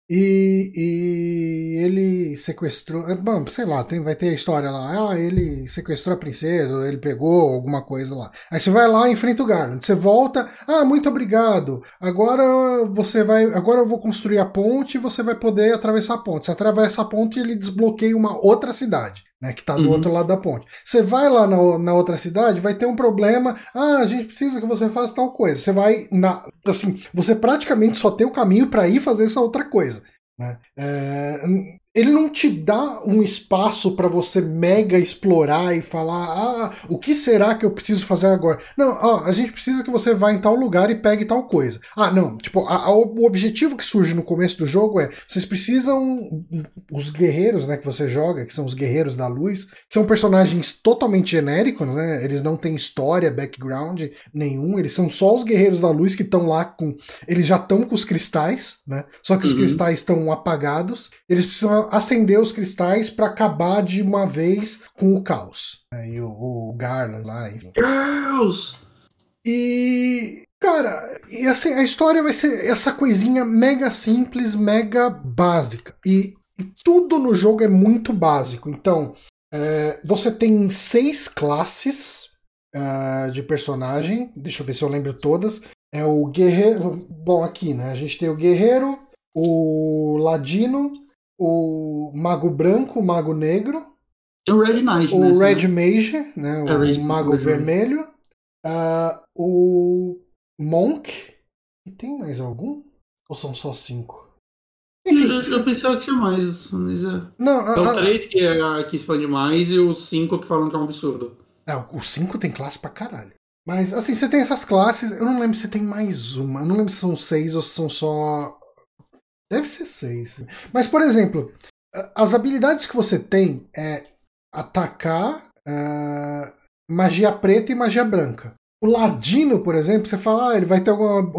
E ele sequestrou. Bom, sei lá, vai ter a história lá. Ah, ele sequestrou a princesa, ele pegou alguma coisa lá. Aí você vai lá e enfrenta o Garland. Você volta. Ah, muito obrigado. Agora você vai. Agora eu vou construir a ponte e você vai poder atravessar a ponte. Você atravessa a ponte e ele desbloqueia uma outra cidade. Né, que está do outro lado da ponte. Você vai lá na outra cidade, vai ter um problema. Ah, a gente precisa que você faça tal coisa. Você vai assim, você praticamente só tem o caminho para ir fazer essa outra coisa. Né? Ele não te dá um espaço para você mega explorar e falar, ah, o que será que eu preciso fazer agora? Não, a gente precisa que você vá em tal lugar e pegue tal coisa. Ah, não, tipo, o objetivo que surge no começo do jogo é, vocês precisam, os guerreiros, né, que você joga, que são os guerreiros da luz, são personagens totalmente genéricos, né, eles não têm história, background nenhum, eles são só os guerreiros da luz que estão lá com, eles já estão com os cristais, né, só que os cristais estão apagados, eles precisam acender os cristais para acabar de uma vez com o caos. Né? E o Garland lá, enfim. Caos! E, cara, e assim, a história vai ser essa coisinha mega simples, mega básica. E tudo no jogo é muito básico. Então, você tem 6 classes de personagem. Deixa eu ver se eu lembro todas. É o guerreiro. Bom, aqui, né? A gente tem o guerreiro, o ladino, o mago branco, o mago negro, o Red Knight, o Red Mage, né, o mago vermelho, o Monk, e tem mais algum? Ou são só 5? Enfim, eu pensava que tinha mais. Mas não, o 3 que expande mais e os 5 que falam que é um absurdo. O 5 tem classe pra caralho. Mas assim, você tem essas classes, eu não lembro se tem mais uma, eu não lembro se são 6 ou se são só... Deve ser 6. Mas, por exemplo, as habilidades que você tem é atacar, magia preta e magia branca. O ladino, por exemplo, você fala, ele vai ter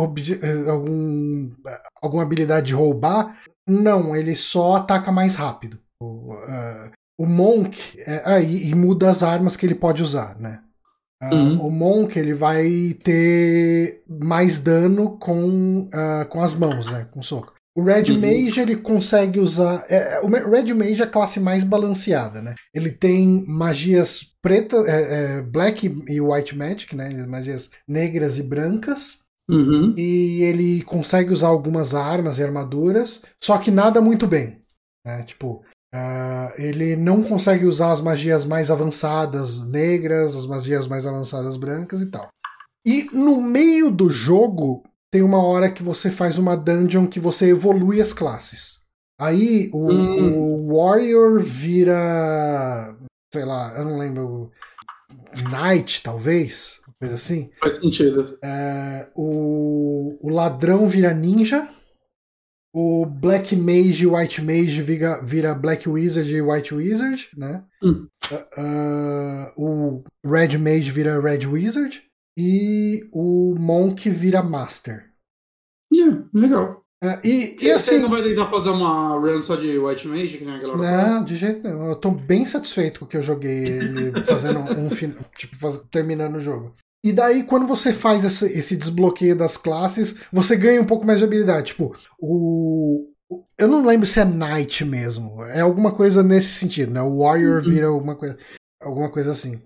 alguma habilidade de roubar. Não, ele só ataca mais rápido. O Monk, e muda as armas que ele pode usar, né? O Monk, ele vai ter mais dano com as mãos, né? Com soco. O Red Mage, ele consegue usar... o Red Mage é a classe mais balanceada, né? Ele tem magias pretas, Black e White Magic, né? Magias negras e brancas. E ele consegue usar algumas armas e armaduras, só que nada muito bem. Né? Tipo, ele não consegue usar as magias mais avançadas negras, as magias mais avançadas brancas e tal. E no meio do jogo... tem uma hora que você faz uma dungeon que você evolui as classes. Aí o Warrior vira... sei lá, eu não lembro... Knight, talvez? Coisa assim. Faz sentido. O ladrão vira ninja. O Black Mage e White Mage vira Black Wizard e White Wizard, né? O Red Mage vira Red Wizard. E o Monk vira Master. Legal. E assim, você não vai tentar fazer uma run só de White Mage, que nem a galera faz? Não, de jeito nenhum. Eu tô bem satisfeito com o que eu joguei ele fazendo terminando o jogo. E daí, quando você faz esse desbloqueio das classes, você ganha um pouco mais de habilidade. Tipo, eu não lembro se é Knight mesmo. É alguma coisa nesse sentido, né? O Warrior vira alguma coisa assim.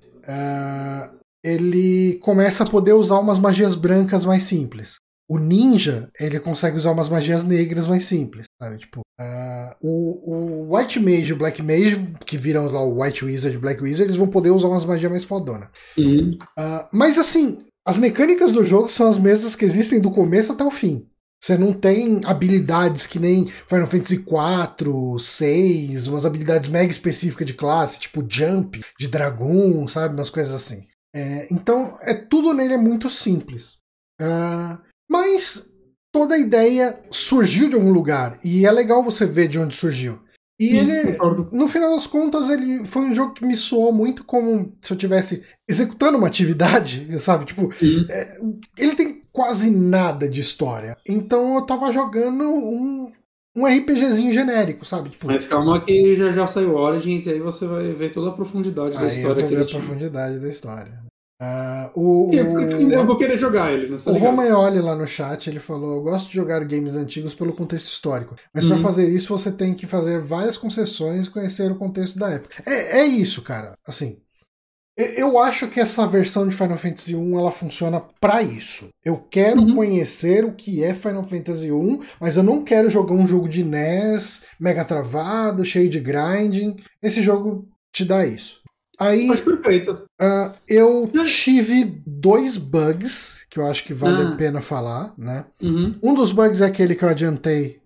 Ele começa a poder usar umas magias brancas mais simples. O ninja, ele consegue usar umas magias negras mais simples, sabe? Tipo, o White Mage e o Black Mage, que viram lá o White Wizard e Black Wizard, eles vão poder usar umas magias mais fodonas. Mas assim, as mecânicas do jogo são as mesmas que existem do começo até o fim. Você não tem habilidades que nem Final Fantasy IV, 6, umas habilidades mega específicas de classe, tipo Jump, de Dragoon, sabe? Umas coisas assim. Então, tudo nele é muito simples. Mas toda a ideia surgiu de algum lugar. E é legal você ver de onde surgiu. E ele, no final das contas, ele foi um jogo que me soou muito como se eu estivesse executando uma atividade, sabe? Tipo, ele tem quase nada de história. Então eu tava jogando um RPGzinho genérico, sabe? Tipo, mas calma que já saiu Origins e aí você vai ver toda a profundidade da história. Eu vou ver a profundidade da história. Eu vou querer jogar ele, não tá ligado? O Romagnoli lá no chat, ele falou: eu gosto de jogar games antigos pelo contexto histórico, mas para fazer isso você tem que fazer várias concessões e conhecer o contexto da época. É isso, cara. Assim, eu acho que essa versão de Final Fantasy 1 ela funciona para isso. Eu quero conhecer o que é Final Fantasy 1, mas eu não quero jogar um jogo de NES mega travado, cheio de grinding. Esse jogo te dá isso. Aí, perfeito. Eu tive 2 bugs que eu acho que vale a pena falar, né? Um dos bugs é aquele que eu adiantei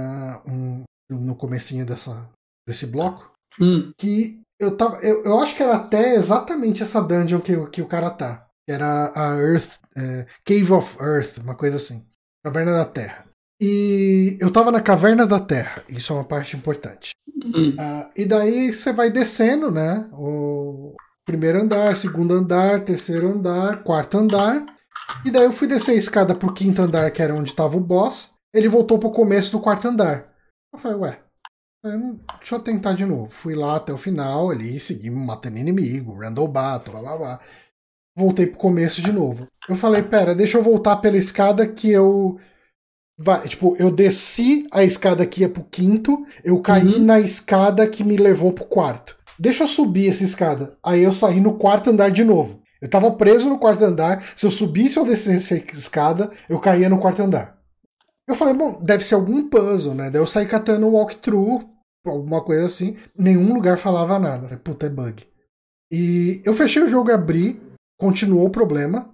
no comecinho desse bloco, que eu acho que era até exatamente essa dungeon que o cara tá. Que era a Earth, Cave of Earth, uma coisa assim. Caverna da Terra. E eu tava na Caverna da Terra, isso é uma parte importante. E daí você vai descendo, né? O primeiro andar, segundo andar, terceiro andar, quarto andar. E daí eu fui descer a escada pro quinto andar, que era onde tava o boss. Ele voltou pro começo do quarto andar. Eu falei, deixa eu tentar de novo. Fui lá até o final ali, segui matando inimigo, random battle, blá blá blá. Voltei pro começo de novo. Eu falei, pera, deixa eu voltar pela escada que eu eu desci a escada que ia pro quinto, eu caí na escada que me levou pro quarto. Deixa eu subir essa escada. Aí eu saí no quarto andar de novo. Eu tava preso no quarto andar. Se eu subisse ou descesse a escada, eu caía no quarto andar. Eu falei, bom, deve ser algum puzzle, né? Daí eu saí catando walkthrough, alguma coisa assim. Nenhum lugar falava nada. Puta, é bug. E eu fechei o jogo e abri. Continuou o problema.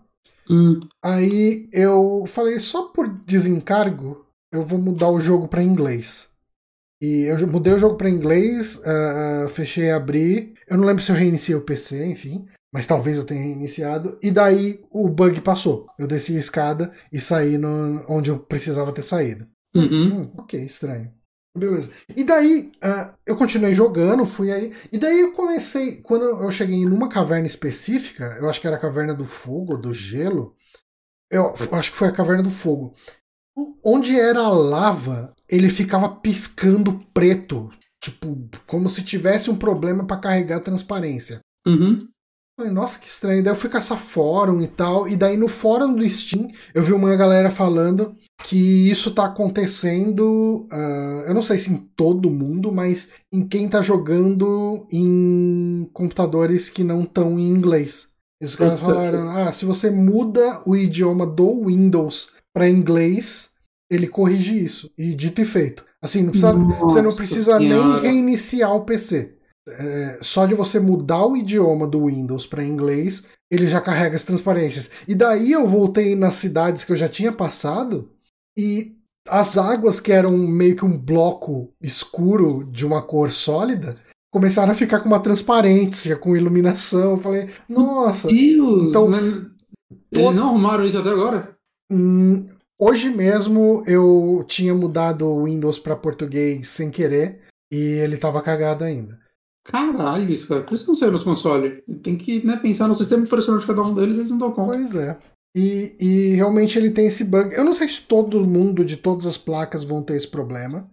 Aí eu falei, só por desencargo, eu vou mudar o jogo para inglês. E eu mudei o jogo para inglês, fechei e abri. Eu não lembro se eu reiniciei o PC, enfim. Mas talvez eu tenha reiniciado. E daí o bug passou. Eu desci a escada e saí onde eu precisava ter saído. Ok, estranho. Beleza. E daí eu continuei jogando, fui aí. E daí eu comecei. Quando eu cheguei numa caverna específica, eu acho que era a caverna do fogo, do gelo. Eu acho que foi a caverna do fogo. Onde era a lava, ele ficava piscando preto. Tipo, como se tivesse um problema para carregar a transparência. Falei, nossa, que estranho. Daí eu fui caçar fórum e tal. E daí no fórum do Steam, eu vi uma galera falando que isso tá acontecendo. Eu não sei se em todo mundo, mas em quem tá jogando em computadores que não estão em inglês. E os caras falaram, se você muda o idioma do Windows para inglês, ele corrige isso. E dito e feito. Assim, você não precisa nem reiniciar o PC. Só de você mudar o idioma do Windows para inglês, ele já carrega as transparências. E daí eu voltei nas cidades que eu já tinha passado e as águas que eram meio que um bloco escuro de uma cor sólida começaram a ficar com uma transparência, com iluminação. Eu falei, nossa. Deus, então, eles não arrumaram isso até agora? Hoje mesmo eu tinha mudado o Windows para português sem querer e ele tava cagado ainda. Caralho, isso, cara. Por isso não saiu nos consoles. Tem que pensar no sistema operacional de cada um deles, eles não dão conta. Pois é. E realmente ele tem esse bug. Eu não sei se todo mundo de todas as placas vão ter esse problema.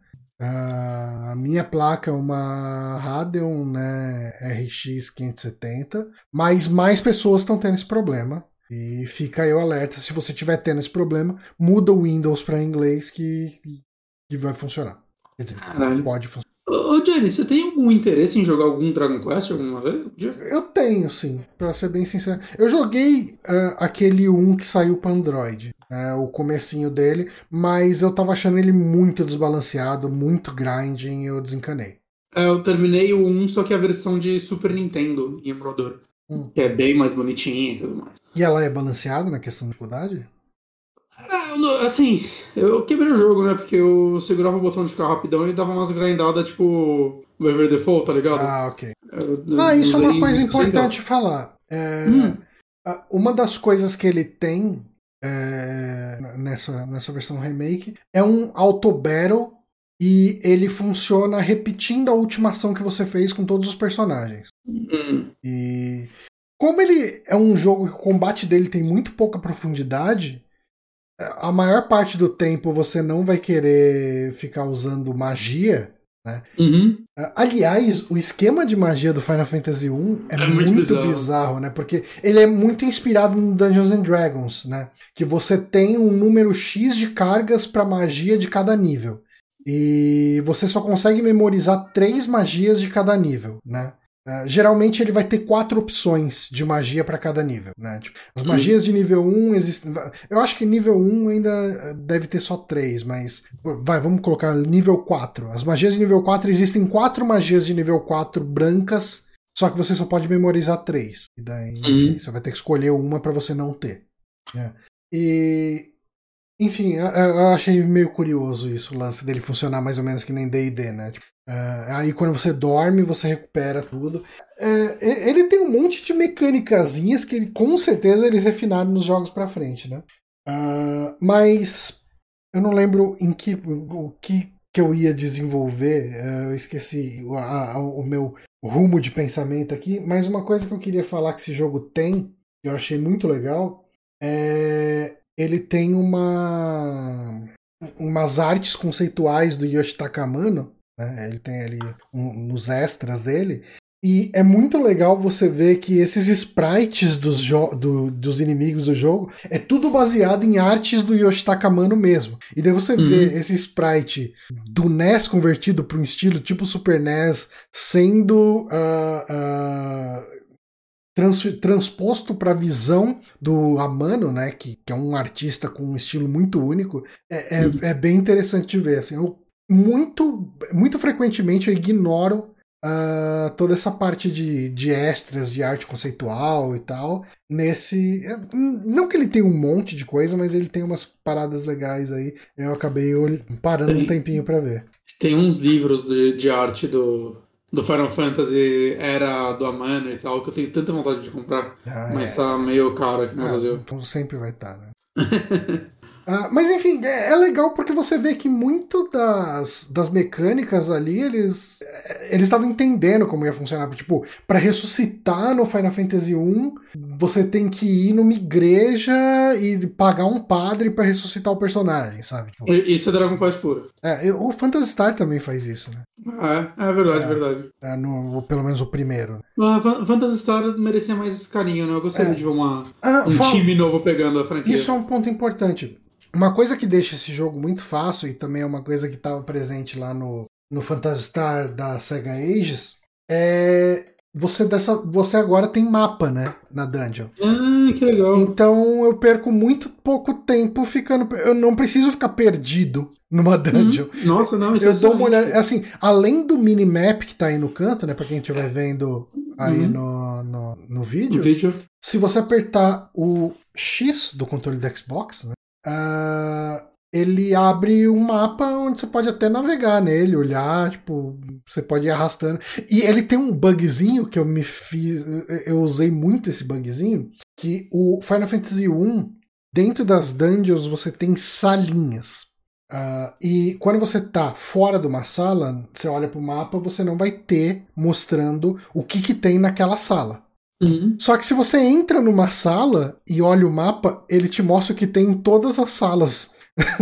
A minha placa é uma Radeon, né, RX 570, mas mais pessoas estão tendo esse problema. E fica aí o alerta. Se você estiver tendo esse problema, muda o Windows para inglês que vai funcionar. Quer dizer, pode funcionar. Ô, Jenny, você tem algum interesse em jogar algum Dragon Quest alguma vez? Eu tenho, sim, pra ser bem sincero. Eu joguei aquele 1 que saiu pra Android, o comecinho dele, mas eu tava achando ele muito desbalanceado, muito grinding, e eu desencanei. Eu terminei o 1, só que a versão de Super Nintendo em emulador, que é bem mais bonitinha e tudo mais. E ela é balanceada na questão de dificuldade? Assim, eu quebrei o jogo, né? Porque eu segurava o botão de ficar rapidão e dava umas grindadas, tipo, Waiver Default, tá ligado? Ok. Isso é uma coisa importante falar. Uma das coisas que ele tem nessa versão remake é um auto battle e ele funciona repetindo a última ação que você fez com todos os personagens. E como ele é um jogo que o combate dele tem muito pouca profundidade, a maior parte do tempo você não vai querer ficar usando magia, né? Uhum. Aliás, o esquema de magia do Final Fantasy I é muito bizarro, né? Porque ele é muito inspirado no Dungeons and Dragons, né? Que você tem um número X de cargas para magia de cada nível. E você só consegue memorizar 3 magias de cada nível, né? Geralmente ele vai ter 4 opções de magia para cada nível, né? Tipo, as magias de nível 1 existem. Eu acho que nível 1 ainda deve ter só 3, mas vamos colocar nível 4. As magias de nível 4 existem 4 magias de nível 4 brancas, só que você só pode memorizar 3. E daí, enfim, você vai ter que escolher uma para você não ter. Né? Enfim, eu achei meio curioso isso, o lance dele funcionar mais ou menos que nem D&D, né? Tipo, aí quando você dorme, você recupera tudo. Ele tem um monte de mecânicazinhas que com certeza eles refinaram nos jogos pra frente, né? Mas eu não lembro o que eu ia desenvolver. Eu esqueci o meu rumo de pensamento aqui. Mas uma coisa que eu queria falar que esse jogo tem, que eu achei muito legal, ele tem umas artes conceituais do Yoshitaka Amano, né? Ele tem ali nos extras dele. E é muito legal você ver que esses sprites dos inimigos do jogo é tudo baseado em artes do Yoshitaka Amano mesmo. E daí você vê esse sprite do NES convertido para um estilo tipo Super NES sendo transposto para a visão do Amano, né, que é um artista com um estilo muito único. É bem interessante de ver. Assim, muito frequentemente eu ignoro toda essa parte de extras, de arte conceitual e tal. Não que ele tenha um monte de coisa, mas ele tem umas paradas legais aí. Eu acabei parando um tempinho para ver. Tem uns livros de arte do Final Fantasy era do Amano e tal, que eu tenho tanta vontade de comprar, mas tá meio caro aqui no Brasil. Então sempre vai estar, né? Mas enfim, é legal porque você vê que muito das mecânicas ali, eles estavam entendendo como ia funcionar. Tipo, para ressuscitar no Final Fantasy I, você tem que ir numa igreja e pagar um padre para ressuscitar o personagem, sabe? Tipo, isso é Dragon Quest puro. O Phantasy Star também faz isso, né? É verdade, verdade. Pelo menos o primeiro. Phantasy Star merecia mais carinho, né? Eu gostaria de ver um time novo pegando a franquia. Isso é um ponto importante. Uma coisa que deixa esse jogo muito fácil, e também é uma coisa que estava presente lá no Phantasy Star da Sega Ages, você agora tem mapa, né, na dungeon. Que legal. Então eu perco muito pouco tempo ficando. Eu não preciso ficar perdido numa dungeon. Nossa, não, isso eu dou uma olhada. Assim, além do minimap que tá aí no canto, né, pra quem estiver vendo aí no vídeo, se você apertar o X do controle do Xbox, né, ele abre um mapa onde você pode até navegar nele, olhar, tipo, você pode ir arrastando. E ele tem um bugzinho que eu usei muito esse bugzinho, que o Final Fantasy I, dentro das dungeons, você tem salinhas. E quando você tá fora de uma sala, você olha pro mapa, você não vai ter mostrando o que tem naquela sala. Só que se você entra numa sala e olha o mapa, ele te mostra o que tem em todas as salas.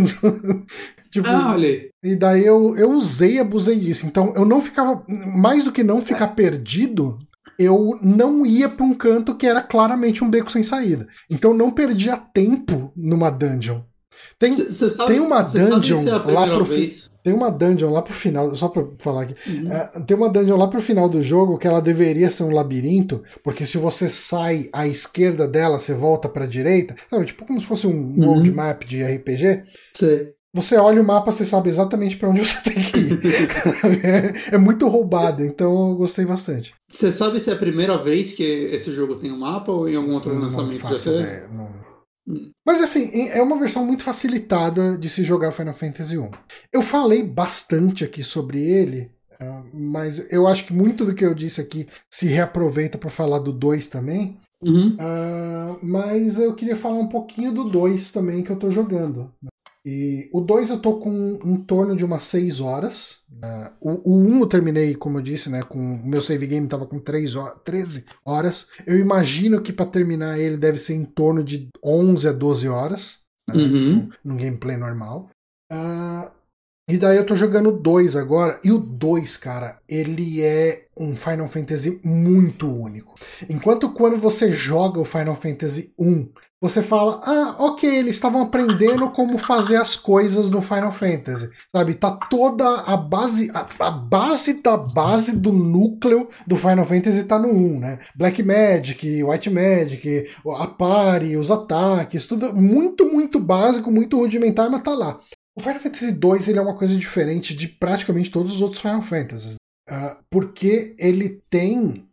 Tipo, olha. E daí eu usei e abusei disso. Então eu não ficava. Mais do que não ficar perdido, eu não ia pra um canto que era claramente um beco sem saída. Então eu não perdia tempo numa dungeon. Tem uma dungeon lá pro Tem uma dungeon lá pro final, só pra falar aqui. Tem uma dungeon lá pro final do jogo que ela deveria ser um labirinto, porque se você sai à esquerda dela, você volta pra direita, sabe? Tipo como se fosse um world map de RPG. Sim. Você olha o mapa, você sabe exatamente pra onde você tem que ir. É muito roubado, então eu gostei bastante. Você sabe se é a primeira vez que esse jogo tem um mapa ou em algum outro lançamento já sei? Mas enfim, é uma versão muito facilitada de se jogar Final Fantasy I. Eu falei bastante aqui sobre ele, mas eu acho que muito do que eu disse aqui se reaproveita para falar do 2 também. Mas eu queria falar um pouquinho do 2 também que eu tô jogando. E o 2 eu tô com em torno de umas 6 horas. O 1 eu terminei, como eu disse, né? Com o meu save game tava com 13 horas. Eu imagino que para terminar ele deve ser em torno de 11 a 12 horas. Num gameplay normal. E daí eu tô jogando o 2 agora, e o 2, cara, ele é um Final Fantasy muito único. Enquanto quando você joga o Final Fantasy 1, você fala, ok, eles estavam aprendendo como fazer as coisas no Final Fantasy, sabe? Tá toda a base da base do núcleo do Final Fantasy tá no 1, né? Black Magic, White Magic, a party, os ataques, tudo muito, muito básico, muito rudimentar, mas tá lá. O Final Fantasy II ele é uma coisa diferente de praticamente todos os outros Final Fantasies, porque ele tem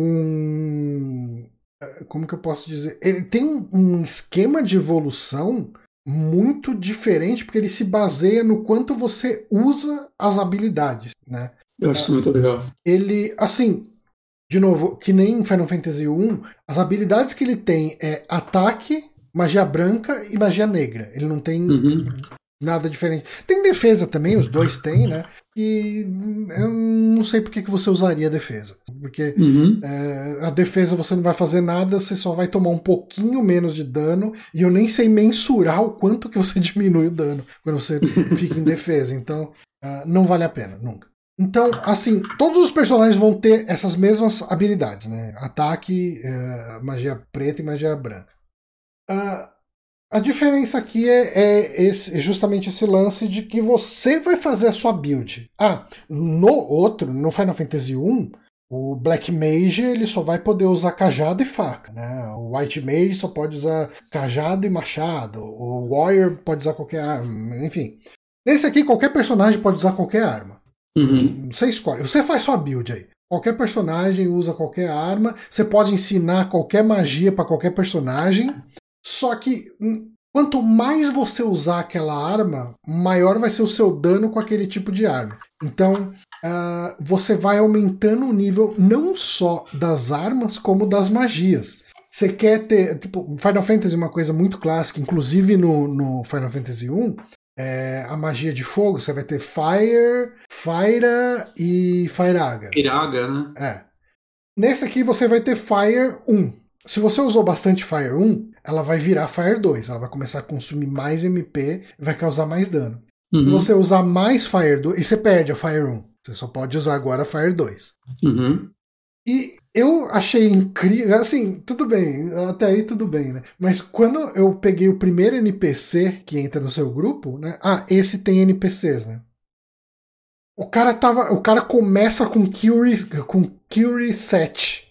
como que eu posso dizer? Ele tem um esquema de evolução muito diferente, porque ele se baseia no quanto você usa as habilidades, né? Eu acho isso muito legal. Ele, assim, de novo, que nem em Final Fantasy I, as habilidades que ele tem é ataque, magia branca e magia negra. Ele não tem nada diferente. Tem defesa também, os dois têm, né? E eu não sei por que você usaria a defesa. Porque a defesa você não vai fazer nada, você só vai tomar um pouquinho menos de dano. E eu nem sei mensurar o quanto que você diminui o dano quando você fica em defesa. Então, não vale a pena, nunca. Então, assim, todos os personagens vão ter essas mesmas habilidades, né? Ataque, magia preta e magia branca. A diferença aqui é justamente esse lance de que você vai fazer a sua build. No Final Fantasy I, o Black Mage ele só vai poder usar cajado e faca, né? O White Mage só pode usar cajado e machado. O Warrior pode usar qualquer arma, enfim. Nesse aqui, qualquer personagem pode usar qualquer arma. Você escolhe, você faz sua build aí. Qualquer personagem usa qualquer arma. Você pode ensinar qualquer magia para qualquer personagem. Só que quanto mais você usar aquela arma, maior vai ser o seu dano com aquele tipo de arma. Então, você vai aumentando o nível não só das armas, como das magias. Você quer ter... Tipo, Final Fantasy é uma coisa muito clássica, inclusive no Final Fantasy I, a magia de fogo, você vai ter Fire, Fyra e Firaga. Firaga, né? Nesse aqui você vai ter Fire 1. Se você usou bastante Fire 1, ela vai virar Fire 2. Ela vai começar a consumir mais MP e vai causar mais dano. Se você usar mais Fire 2, e você perde a Fire 1. Você só pode usar agora a Fire 2. E eu achei incrível. Assim, tudo bem. Até aí tudo bem, né? Mas quando eu peguei o primeiro NPC que entra no seu grupo, né? Esse tem NPCs, né? O cara começa com Curie 7.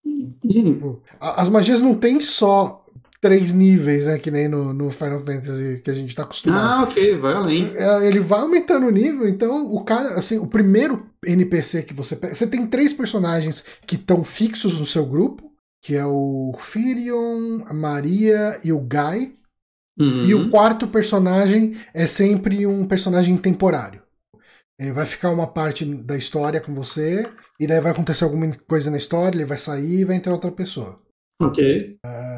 As magias não tem só 3 níveis, né? Que nem no Final Fantasy que a gente tá acostumado. Ok, vai além. Ele vai aumentando o nível, então o cara, assim, o primeiro NPC que você pega. Você tem 3 personagens que estão fixos no seu grupo, que é o Firion, a Maria e o Guy. E o quarto personagem é sempre um personagem temporário. Ele vai ficar uma parte da história com você, e daí vai acontecer alguma coisa na história, ele vai sair e vai entrar outra pessoa. Ok.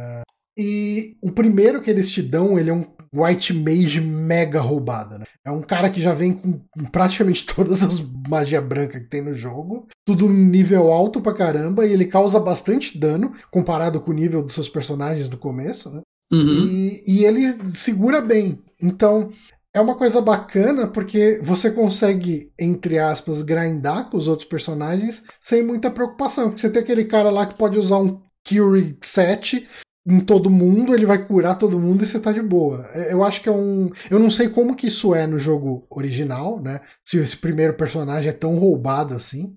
E o primeiro que eles te dão, ele é um White Mage mega roubado, né? É um cara que já vem com praticamente todas as magias brancas que tem no jogo, tudo nível alto pra caramba, e ele causa bastante dano comparado com o nível dos seus personagens do começo, né? E ele segura bem. Então, é uma coisa bacana porque você consegue, entre aspas, grindar com os outros personagens sem muita preocupação. Porque você tem aquele cara lá que pode usar um Curie 7 em todo mundo, ele vai curar todo mundo e você tá de boa. Eu acho que é eu não sei como que isso é no jogo original, né? Se esse primeiro personagem é tão roubado assim.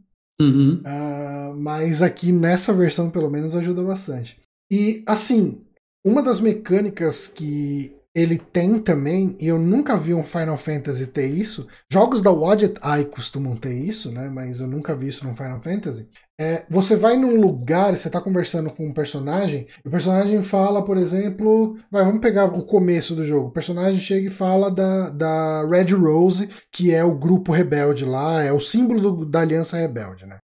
Mas aqui nessa versão, pelo menos, ajuda bastante. E, assim, uma das mecânicas que ele tem também, e eu nunca vi um Final Fantasy ter isso. Jogos da Wadget Eye costumam ter isso, né? Mas eu nunca vi isso num Final Fantasy. Você vai num lugar, você tá conversando com um personagem, e o personagem fala, por exemplo... vamos pegar o começo do jogo. O personagem chega e fala da Red Rose, que é o grupo rebelde lá, é o símbolo da Aliança Rebelde, né?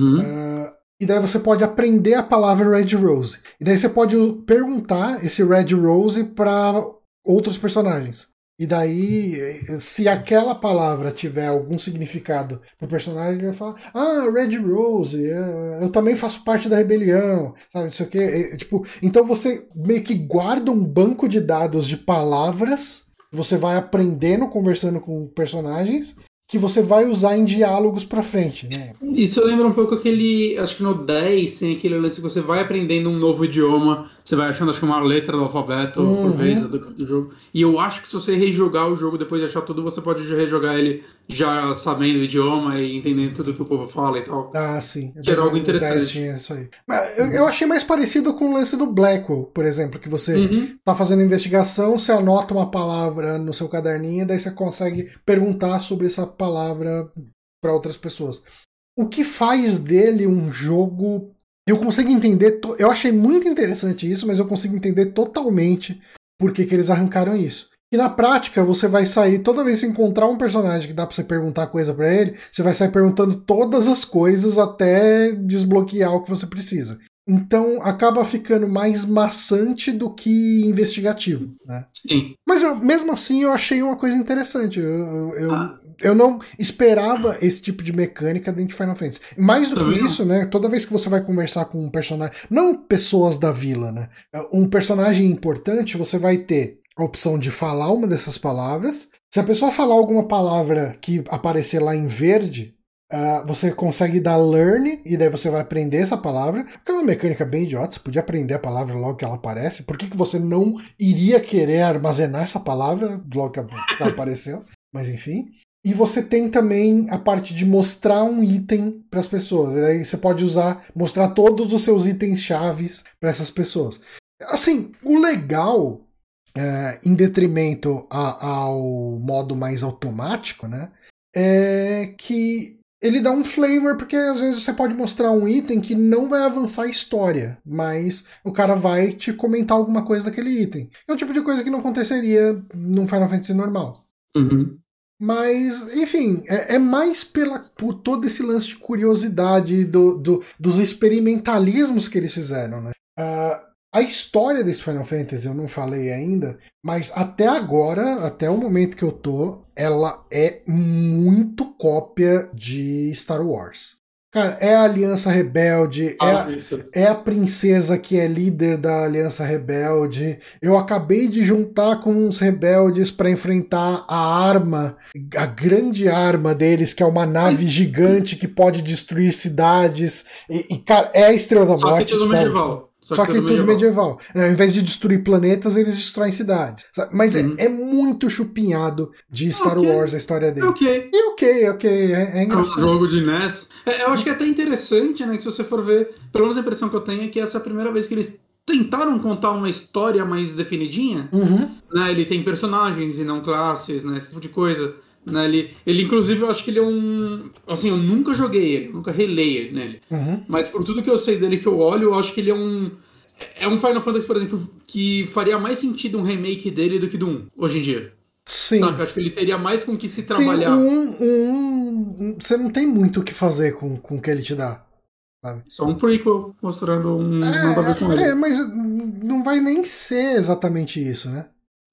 E daí você pode aprender a palavra Red Rose. E daí você pode perguntar esse Red Rose para outros personagens. E daí, se aquela palavra tiver algum significado pro personagem, ele vai falar: Red Rose, eu também faço parte da rebelião, sabe, não sei o quê. Tipo, então você meio que guarda um banco de dados de palavras, você vai aprendendo, conversando com personagens, que você vai usar em diálogos pra frente, né? Isso lembra um pouco aquele, acho que no 10 tem aquele lance que você vai aprendendo um novo idioma, você vai achando, acho que uma letra do alfabeto por vez do jogo. E eu acho que se você rejogar o jogo depois de achar tudo, você pode rejogar ele já sabendo o idioma e entendendo tudo que o povo fala e tal. Ah, sim. Que era algo interessante. Tinha isso aí. Mas eu achei mais parecido com o lance do Blackwell, por exemplo, que você tá fazendo investigação, você anota uma palavra no seu caderninho, daí você consegue perguntar sobre essa palavra para outras pessoas. O que faz dele um jogo... Eu consigo entender... Eu achei muito interessante isso, mas eu consigo entender totalmente por que eles arrancaram isso. E na prática, você vai sair, toda vez que você encontrar um personagem que dá pra você perguntar coisa pra ele, você vai sair perguntando todas as coisas até desbloquear o que você precisa. Então, acaba ficando mais maçante do que investigativo, né? Sim. Mas mesmo assim, eu achei uma coisa interessante. Eu não esperava esse tipo de mecânica dentro de Final Fantasy. Mais do que isso, né? Toda vez que você vai conversar com um personagem, não pessoas da vila, né? Um personagem importante, você vai ter a opção de falar uma dessas palavras. Se a pessoa falar alguma palavra que aparecer lá em verde, você consegue dar learn, e daí você vai aprender essa palavra. Que é uma mecânica bem idiota, você podia aprender a palavra logo que ela aparece. Por que você não iria querer armazenar essa palavra logo que ela apareceu? Mas enfim. E você tem também a parte de mostrar um item para as pessoas. E aí você pode mostrar todos os seus itens chaves para essas pessoas. Assim, o legal... em detrimento ao modo mais automático, né? É que ele dá um flavor, porque às vezes você pode mostrar um item que não vai avançar a história, mas o cara vai te comentar alguma coisa daquele item. É o tipo de coisa que não aconteceria num Final Fantasy normal. Mas, enfim, é mais por todo esse lance de curiosidade dos experimentalismos que eles fizeram, né? A história desse Final Fantasy eu não falei ainda, mas até agora, até o momento que eu tô, ela é muito cópia de Star Wars. Cara, é a Aliança Rebelde, é a princesa que é líder da Aliança Rebelde. Eu acabei de juntar com uns rebeldes para enfrentar a grande arma deles, que é uma nave gigante que pode destruir cidades. E cara, é a Estrela da Morte. Só que tudo medieval. Só que tudo medieval. Ao invés de destruir planetas, eles destroem cidades. Mas é muito chupinhado de Star Wars a história dele. É engraçado. É um jogo de NES. Eu acho que é até interessante, né? Que se você for ver, pelo menos a impressão que eu tenho é que essa é a primeira vez que eles tentaram contar uma história mais definidinha. Né? Ele tem personagens e não classes, né? Esse tipo de coisa. Né? Ele inclusive, eu acho que ele é um... Assim, eu nunca joguei ele, nunca relei nele. Mas por tudo que eu sei dele que eu olho, eu acho que ele é um... É um Final Fantasy, por exemplo, que faria mais sentido um remake dele do que do 1, hoje em dia. Sim. Sabe? Eu acho que ele teria mais com que se trabalhar. Sim, você não tem muito o que fazer com o que ele te dá. Sabe? Só um prequel mostrando nada a ver com ele. Mas não vai nem ser exatamente isso, né?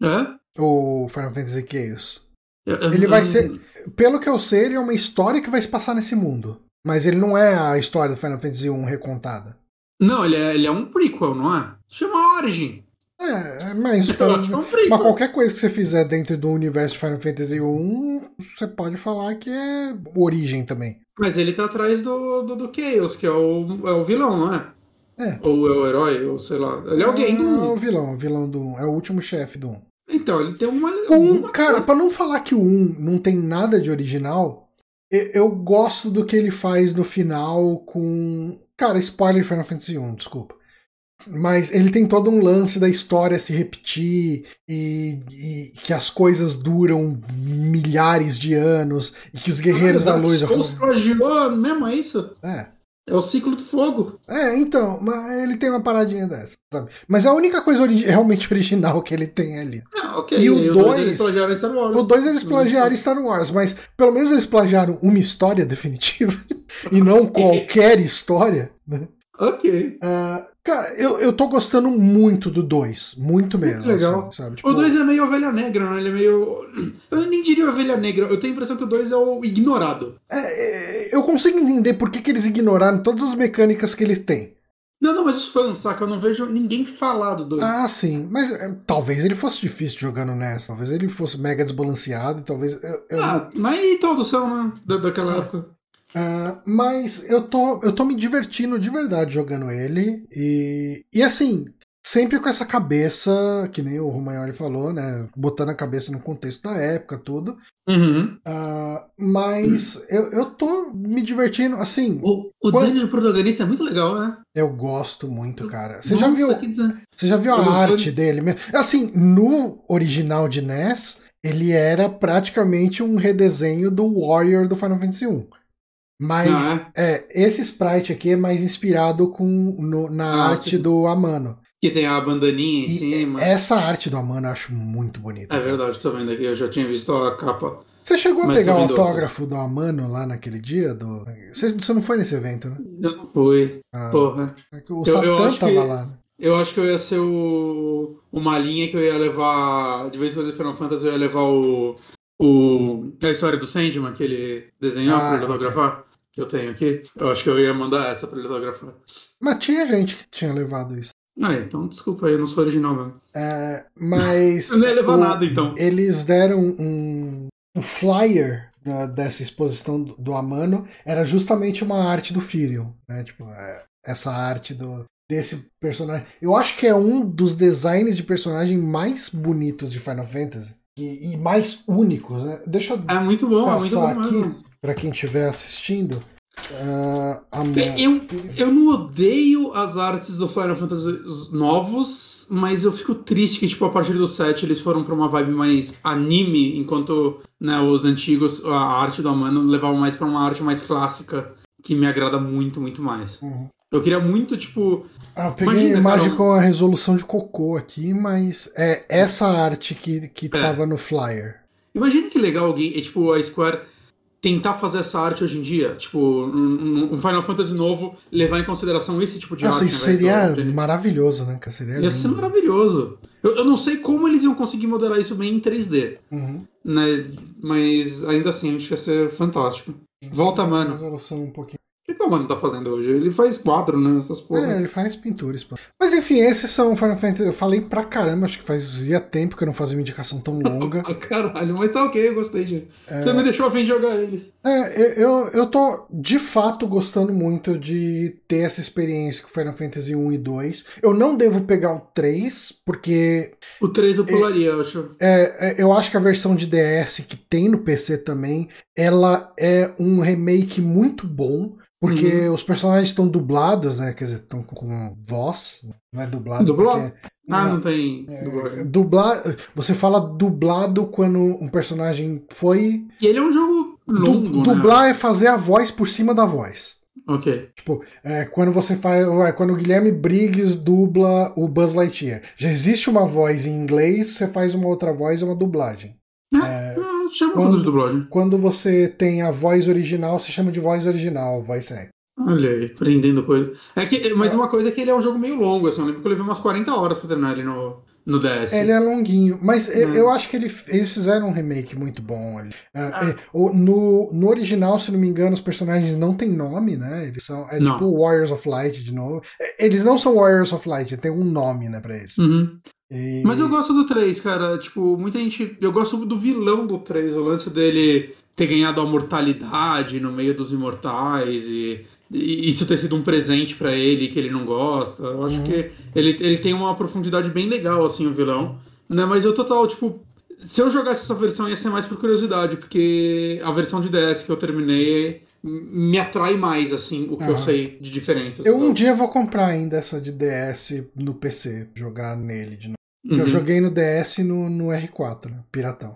O Final Fantasy Chaos. Ele vai ser... Pelo que eu sei, ele é uma história que vai se passar nesse mundo. Mas ele não é a história do Final Fantasy 1 recontada. Não, ele é um prequel, não é? Chama Origin. Mas qualquer coisa que você fizer dentro do universo de Final Fantasy 1, você pode falar que é Origem também. Mas ele tá atrás do Chaos, que é o vilão, não é? Ou é o herói, ou sei lá. Ele é alguém do 1. É o vilão do 1. É o último chefe do 1. Então, ele tem uma... Cara, pra não falar que o 1 não tem nada de original, eu gosto do que ele faz no final com... Cara, spoiler Final Fantasy 1, desculpa. Mas ele tem todo um lance da história se repetir e que as coisas duram milhares de anos e que os guerreiros da luz... plagiou mesmo, é isso? É o ciclo do fogo. Então, mas ele tem uma paradinha dessa, sabe? Mas é a única coisa realmente original que ele tem ali. E o 2 eles plagiaram Star Wars. O 2 eles plagiaram Star Wars, mas pelo menos eles plagiaram uma história definitiva e não qualquer história, né? Cara, eu tô gostando muito do 2. Muito mesmo. Muito legal. Assim, sabe? Tipo, o 2 é meio ovelha negra, né? Ele é meio... Eu nem diria ovelha negra. Eu tenho a impressão que o 2 é o ignorado. Eu consigo entender por que eles ignoraram todas as mecânicas que ele tem. Não, mas os fãs, saca? Eu não vejo ninguém falar do 2. Ah, sim. Mas talvez ele fosse difícil jogando no NES. Talvez ele fosse mega desbalanceado. E talvez. Mas e todos são, né? Daquela época. Mas eu tô me divertindo de verdade jogando ele. E assim, sempre com essa cabeça, que nem o Romagnoli falou, né? Botando a cabeça no contexto da época, tudo. Uhum. Mas eu tô me divertindo, assim. O design do protagonista é muito legal, né? Eu gosto muito, cara. Você Nossa, já viu a arte dele mesmo? Assim, no original de NES, ele era praticamente um redesenho do Warrior do Final Fantasy 1. Mas esse sprite aqui é mais inspirado na arte do Amano. Que tem a bandaninha em cima. Essa arte do Amano eu acho muito bonita. É verdade, tô vendo aqui. Eu já tinha visto a capa. Você chegou a pegar o autógrafo do Amano lá naquele dia? Você não foi nesse evento, né? Eu não fui. Porra. O Satã tava lá. Eu acho que eu ia ser uma linha que eu ia levar. De vez em quando no Final Fantasy eu ia levar a história do Sandman que ele desenhou pra ele autografar. Que eu tenho aqui. Eu acho que eu ia mandar essa pra ele autografar. Mas tinha gente que tinha levado isso. Então desculpa aí, eu não sou original mesmo. Mas. Eu não ia levar nada, então. Eles deram um flyer dessa exposição do Amano. Era justamente uma arte do Firion, né? Tipo, essa arte desse personagem. Eu acho que é um dos designs de personagem mais bonitos de Final Fantasy. E mais únicos, né? Deixa eu muito bom, passar aqui mesmo. Pra quem estiver assistindo. Eu não odeio as artes do Final Fantasy novos, mas eu fico triste que, tipo, a partir do 7 eles foram pra uma vibe mais anime, enquanto, né, os antigos, a arte do Amano levavam mais pra uma arte mais clássica, que me agrada muito, muito mais. Uhum. Eu queria muito, tipo... eu peguei a imagem com a resolução de cocô aqui, mas é essa arte que tava no flyer. Imagina que legal alguém, tipo, a Square tentar fazer essa arte hoje em dia, tipo, um Final Fantasy novo, levar em consideração esse tipo de arte. Isso seria maravilhoso, né? Ia ser maravilhoso. Eu não sei como eles iam conseguir modelar isso bem em 3D, né? Mas ainda assim, acho que ia ser fantástico. Volta, mano. Resolução um pouquinho. O que o Mano tá fazendo hoje? Ele faz quadro, né? Essas porra. Ele faz pinturas. Mas enfim, esses são Final Fantasy. Eu falei pra caramba, acho que fazia tempo que eu não fazia uma indicação tão longa. Caralho, mas tá ok, eu gostei de. Você me deixou a fim de jogar eles. Eu tô de fato gostando muito de ter essa experiência com Final Fantasy 1 e 2. Eu não devo pegar o 3, porque. O 3 eu pularia, eu acho. Eu acho que a versão de DS que tem no PC também, ela é um remake muito bom. Porque os personagens estão dublados, né? Quer dizer, estão com voz, não é dublado. Dublado? Não tem dublagem. Você fala dublado quando um personagem foi... E ele é um jogo longo, Dublar é fazer a voz por cima da voz. Ok. Tipo, quando você faz... Quando o Guilherme Briggs dubla o Buzz Lightyear. Já existe uma voz em inglês, você faz uma outra voz, é uma dublagem. Chama de dublagem. Quando você tem a voz original, se chama de voz original, voice act. Olha aí, aprendendo coisa. Mas uma coisa é que ele é um jogo meio longo, assim. Eu lembro que eu levei umas 40 horas pra terminar ele no DS. Ele é longuinho, mas eu acho que eles fizeram um remake muito bom ali. No original, se não me engano, os personagens não têm nome, né? Eles são tipo Warriors of Light de novo. Eles não são Warriors of Light, tem um nome, né, pra eles. Mas eu gosto do 3, cara. Tipo, muita gente... Eu gosto do vilão do 3, o lance dele ter ganhado a mortalidade no meio dos imortais e isso ter sido um presente pra ele que ele não gosta. Eu acho que ele tem uma profundidade bem legal, assim, o vilão. Né? Mas eu total, tipo... Se eu jogasse essa versão ia ser mais por curiosidade, porque a versão de DS que eu terminei me atrai mais, assim, o que eu sei de diferença. Eu um dia vou comprar ainda essa de DS no PC, jogar nele de novo. Eu joguei no DS no R4, né? Piratão.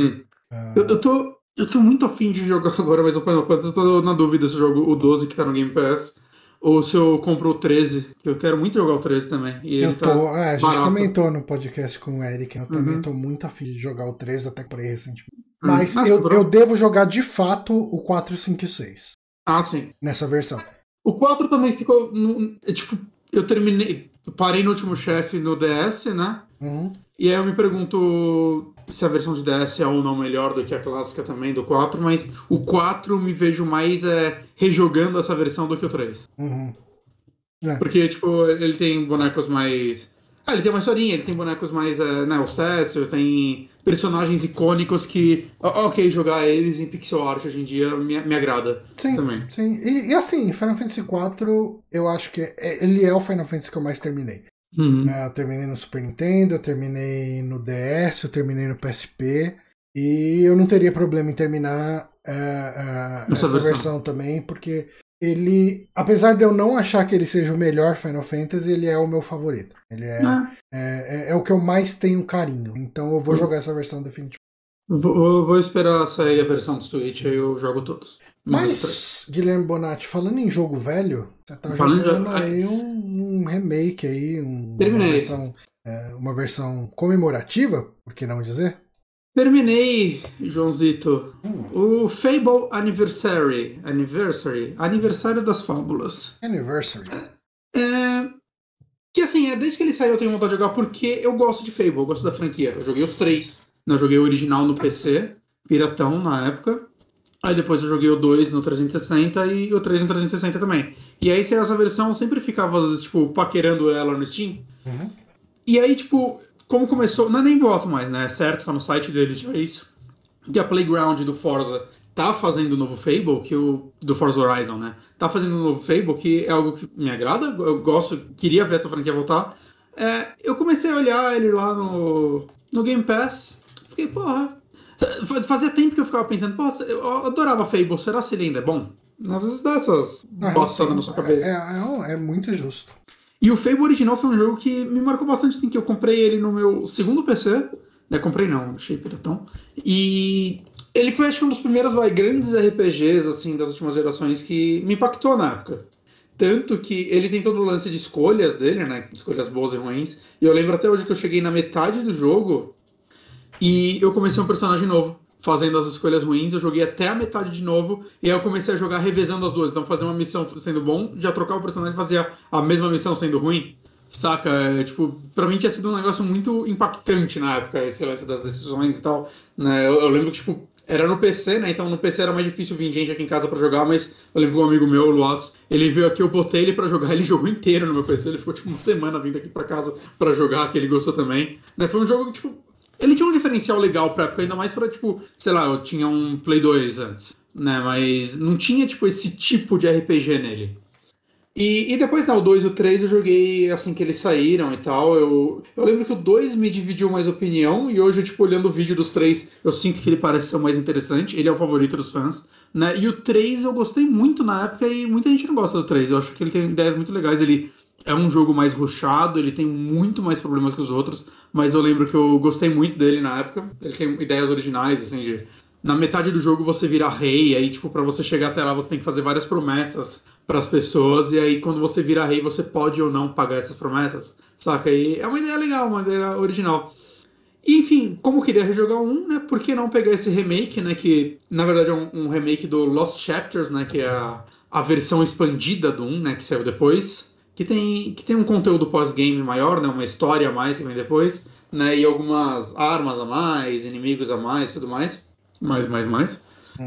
Eu tô muito afim de jogar agora, mas eu tô na dúvida se eu jogo o 12 que tá no Game Pass ou se eu compro o 13, que eu quero muito jogar o 13 também. E a gente comentou no podcast com o Eric, eu também tô muito afim de jogar o 13, até por aí recentemente. Mas eu devo jogar de fato o 4, 5 e 6. Sim. Nessa versão. O 4 também ficou... tipo, eu terminei... Parei no último chefe no DS, né? E aí eu me pergunto se a versão de DS é ou não melhor do que a clássica também do 4, mas o 4 me vejo mais rejogando essa versão do que o 3. Porque, tipo, ele tem bonecos mais... ele tem uma historinha, ele tem bonecos mais, né, o Cécio, tem personagens icônicos que, ok, jogar eles em pixel art hoje em dia me agrada também. Sim. E assim, Final Fantasy IV, eu acho que ele é o Final Fantasy que eu mais terminei. Eu terminei no Super Nintendo, eu terminei no DS, eu terminei no PSP, e eu não teria problema em terminar essa versão também, porque ele, apesar de eu não achar que ele seja o melhor Final Fantasy, ele é o meu favorito. Ele é o que eu mais tenho carinho. Então eu vou jogar essa versão definitivamente. Vou esperar sair a versão do Switch, aí eu jogo todos. Mas, Guilherme Bonatti, falando em jogo velho, você tá jogando aí um remake aí, uma versão comemorativa, por que não dizer? Terminei, Joãozito. O Fable Anniversary. Aniversário das Fábulas. Anniversary. Que assim, desde que ele saiu eu tenho vontade de jogar porque eu gosto de Fable, eu gosto da franquia. Eu joguei os 3. Eu joguei o original no PC, piratão na época. Aí depois eu joguei o 2 no 360 e o 3 no 360 também. E aí se essa versão eu sempre ficava, às vezes, tipo, paquerando ela no Steam. E aí, tipo, como começou... Não é nem boato mais, né? É certo, tá no site deles já isso. Que a Playground do Forza tá fazendo o novo Fable, do Forza Horizon, né? Tá fazendo o novo Fable, que é algo que me agrada. Eu gosto, queria ver essa franquia voltar. Eu comecei a olhar ele lá no Game Pass. Fiquei, porra... Fazia tempo que eu ficava pensando, pô, eu adorava Fable, será que ele ainda é bom? Às vezes dá essas bostadas na sua cabeça. É muito justo. E o Fable original foi um jogo que me marcou bastante, assim, que eu comprei ele no meu segundo PC. Comprei não, achei piratão. E ele foi, acho que um dos primeiros grandes RPGs, assim, das últimas gerações que me impactou na época. Tanto que ele tem todo o lance de escolhas dele, né? Escolhas boas e ruins. E eu lembro até hoje que eu cheguei na metade do jogo e eu comecei um personagem novo, fazendo as escolhas ruins. Eu joguei até a metade de novo, e aí eu comecei a jogar revezando as duas. Então, fazer uma missão sendo bom, já trocava o personagem e fazia a mesma missão sendo ruim. Saca? Tipo, pra mim tinha sido um negócio muito impactante na época, esse lance das decisões e tal. Né? Eu lembro que, tipo, era no PC, né? Então no PC era mais difícil vir gente aqui em casa pra jogar, mas eu lembro que um amigo meu, o Luatos, ele veio aqui, eu botei ele pra jogar, ele jogou inteiro no meu PC, ele ficou, tipo, uma semana vindo aqui pra casa pra jogar, que ele gostou também. Né? Foi um jogo que, tipo, ele tinha um diferencial legal pra época, ainda mais pra, tipo, sei lá, eu tinha um Play 2 antes, né? Mas não tinha, tipo, esse tipo de RPG nele. E depois, o 2 e o 3 eu joguei assim que eles saíram e tal. Eu lembro que o 2 me dividiu mais opinião, e hoje, tipo, olhando o vídeo dos 3, eu sinto que ele parece ser o mais interessante. Ele é o favorito dos fãs, né? E o 3 eu gostei muito na época, e muita gente não gosta do 3. Eu acho que ele tem ideias muito legais. Ele é um jogo mais rushado, ele tem muito mais problemas que os outros, mas eu lembro que eu gostei muito dele na época. Ele tem ideias originais, assim, de... Na metade do jogo você vira rei, e aí, tipo, pra você chegar até lá você tem que fazer várias promessas para as pessoas, e aí quando você vira rei você pode ou não pagar essas promessas, saca? E é uma ideia legal, uma ideia original. E, enfim, como eu queria rejogar um, né, por que não pegar esse remake, né, que na verdade é um remake do Lost Chapters, né, que é a versão expandida do 1, né, que saiu depois, que tem um conteúdo pós-game maior, né, uma história a mais que vem depois, né, e algumas armas a mais, inimigos a mais, tudo mais. Mais.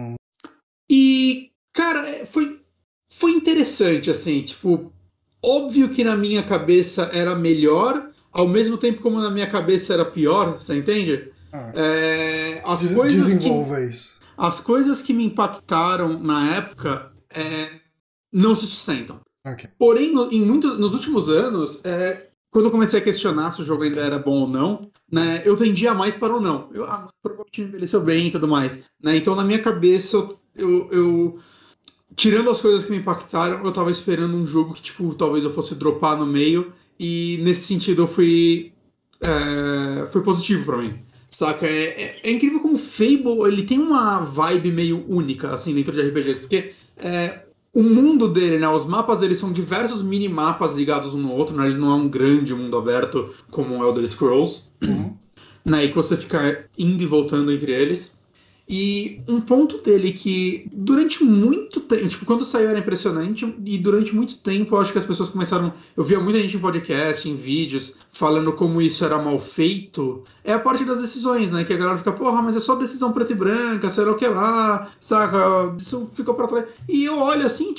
E, cara, foi interessante, assim, tipo, óbvio que na minha cabeça era melhor, ao mesmo tempo como na minha cabeça era pior, você entende? Desenvolva isso. As coisas que me impactaram na época não se sustentam. Okay. Porém, nos últimos anos, quando eu comecei a questionar se o jogo ainda era bom ou não, né, eu tendia mais para o não. Provavelmente envelheceu bem e tudo mais. Né? Então, na minha cabeça, eu tirando as coisas que me impactaram, eu tava esperando um jogo que, tipo, talvez eu fosse dropar no meio, e nesse sentido foi positivo pra mim. Saca? É incrível como o Fable, ele tem uma vibe meio única, assim, dentro de RPGs, porque o mundo dele, né, os mapas, eles são diversos mini-mapas ligados um no outro, né, ele não é um grande mundo aberto como o Elder Scrolls, né, e que você fica indo e voltando entre eles. E um ponto dele que durante muito tempo, tipo, quando saiu era impressionante, e durante muito tempo eu acho que as pessoas começaram, eu via muita gente em podcast, em vídeos, falando como isso era mal feito, é a parte das decisões, né, que a galera fica, porra, mas é só decisão preta e branca, sei lá o que lá, saca, isso ficou pra trás. E eu olho assim, tipo,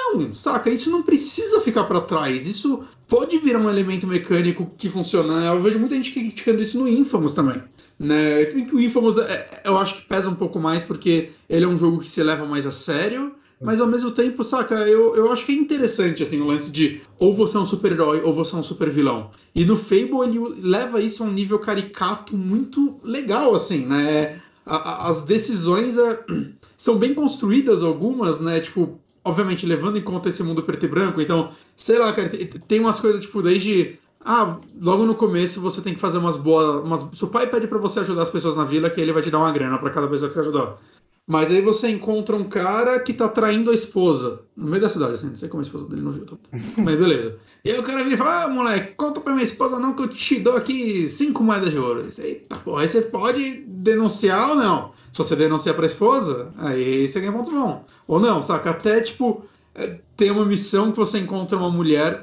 não, saca? Isso não precisa ficar pra trás. Isso pode virar um elemento mecânico que funciona. Eu vejo muita gente criticando isso no Infamous também. Né? O Infamous, eu acho que pesa um pouco mais porque ele é um jogo que se leva mais a sério, mas ao mesmo tempo, saca, eu acho que é interessante assim, o lance de ou você é um super-herói ou você é um super-vilão. E no Fable ele leva isso a um nível caricato muito legal, assim, né? As decisões são bem construídas algumas, né? Tipo, obviamente levando em conta esse mundo preto e branco, então, sei lá, cara, tem umas coisas tipo desde logo no começo você tem que fazer umas boas. Seu pai pede pra você ajudar as pessoas na vila, que ele vai te dar uma grana pra cada pessoa que você ajudou. Mas aí você encontra um cara que tá traindo a esposa. No meio da cidade, assim, não sei como a esposa dele não viu. Mas beleza. E aí o cara vira e fala: moleque, conta pra minha esposa não que eu te dou aqui 5 moedas de ouro. Eita, porra, aí você pode denunciar ou não. Se você denunciar pra esposa, aí você ganha pontos bons. Ou não, saca? Até, tipo, tem uma missão que você encontra uma mulher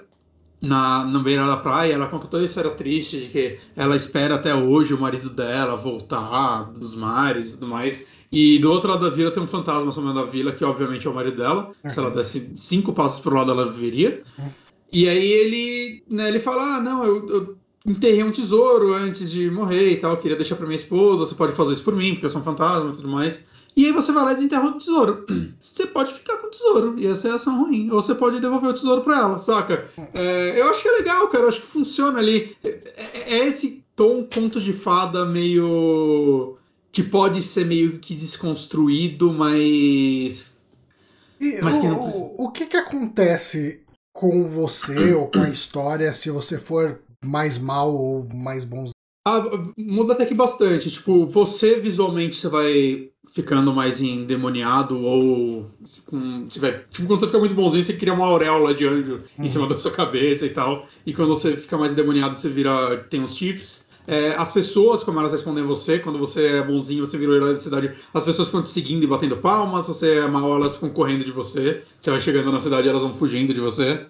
no beira da praia, ela conta toda a história triste de que ela espera até hoje o marido dela voltar dos mares e tudo mais. E do outro lado da vila tem um fantasma assomando da vila, que obviamente é o marido dela. Se ela desse 5 passos pro lado, ela viveria. E aí ele fala: não, eu enterrei um tesouro antes de morrer e tal, eu queria deixar pra minha esposa, você pode fazer isso por mim, porque eu sou um fantasma e tudo mais. E aí você vai lá e desenterra o tesouro. Você pode ficar com o tesouro, e essa é a ação ruim. Ou você pode devolver o tesouro pra ela, saca? Eu acho que é legal, cara, eu acho que funciona ali. É esse tom conto de fada meio... que pode ser meio que desconstruído, mas... E mas que não precisa. o que acontece com você ou com a história se você for mais mal ou mais bonzinho? Muda até que bastante. Tipo, você visualmente você vai ficando mais endemoniado ou tipo, quando você fica muito bonzinho, você cria uma auréola de anjo em cima da sua cabeça e tal. E quando você fica mais endemoniado, você tem uns chifres. As pessoas, como elas respondem a você, quando você é bonzinho, você vira o herói da cidade, as pessoas ficam te seguindo e batendo palmas, se você é mal, elas ficam correndo de você. Você vai chegando na cidade, elas vão fugindo de você.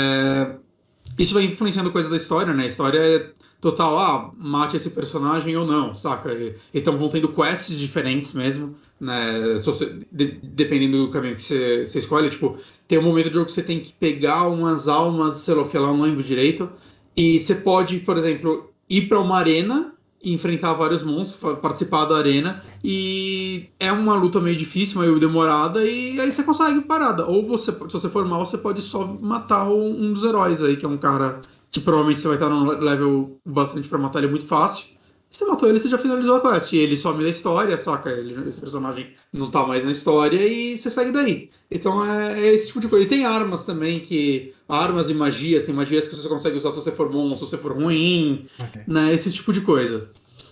Isso vai influenciando coisa da história, né? A história é total, mate esse personagem ou não, saca? Então vão tendo quests diferentes mesmo, né? Dependendo do caminho que você escolhe. Tipo, tem um momento do jogo que você tem que pegar umas almas, sei lá o que lá, não lembro direito. E você pode, por exemplo, ir pra uma arena e enfrentar vários monstros, participar da arena. E é uma luta meio difícil, meio demorada, e aí você consegue parada. Ou você, se você for mal, você pode só matar um dos heróis aí, que é um cara que provavelmente você vai estar num level bastante pra matar ele muito fácil. Você matou ele, você já finalizou a quest. E ele some da história, saca? Esse personagem não tá mais na história e você segue daí. Então é esse tipo de coisa. E tem armas também, armas e magias. Tem magias que você consegue usar se você for bom ou se você for ruim. Okay. Né? Esse tipo de coisa.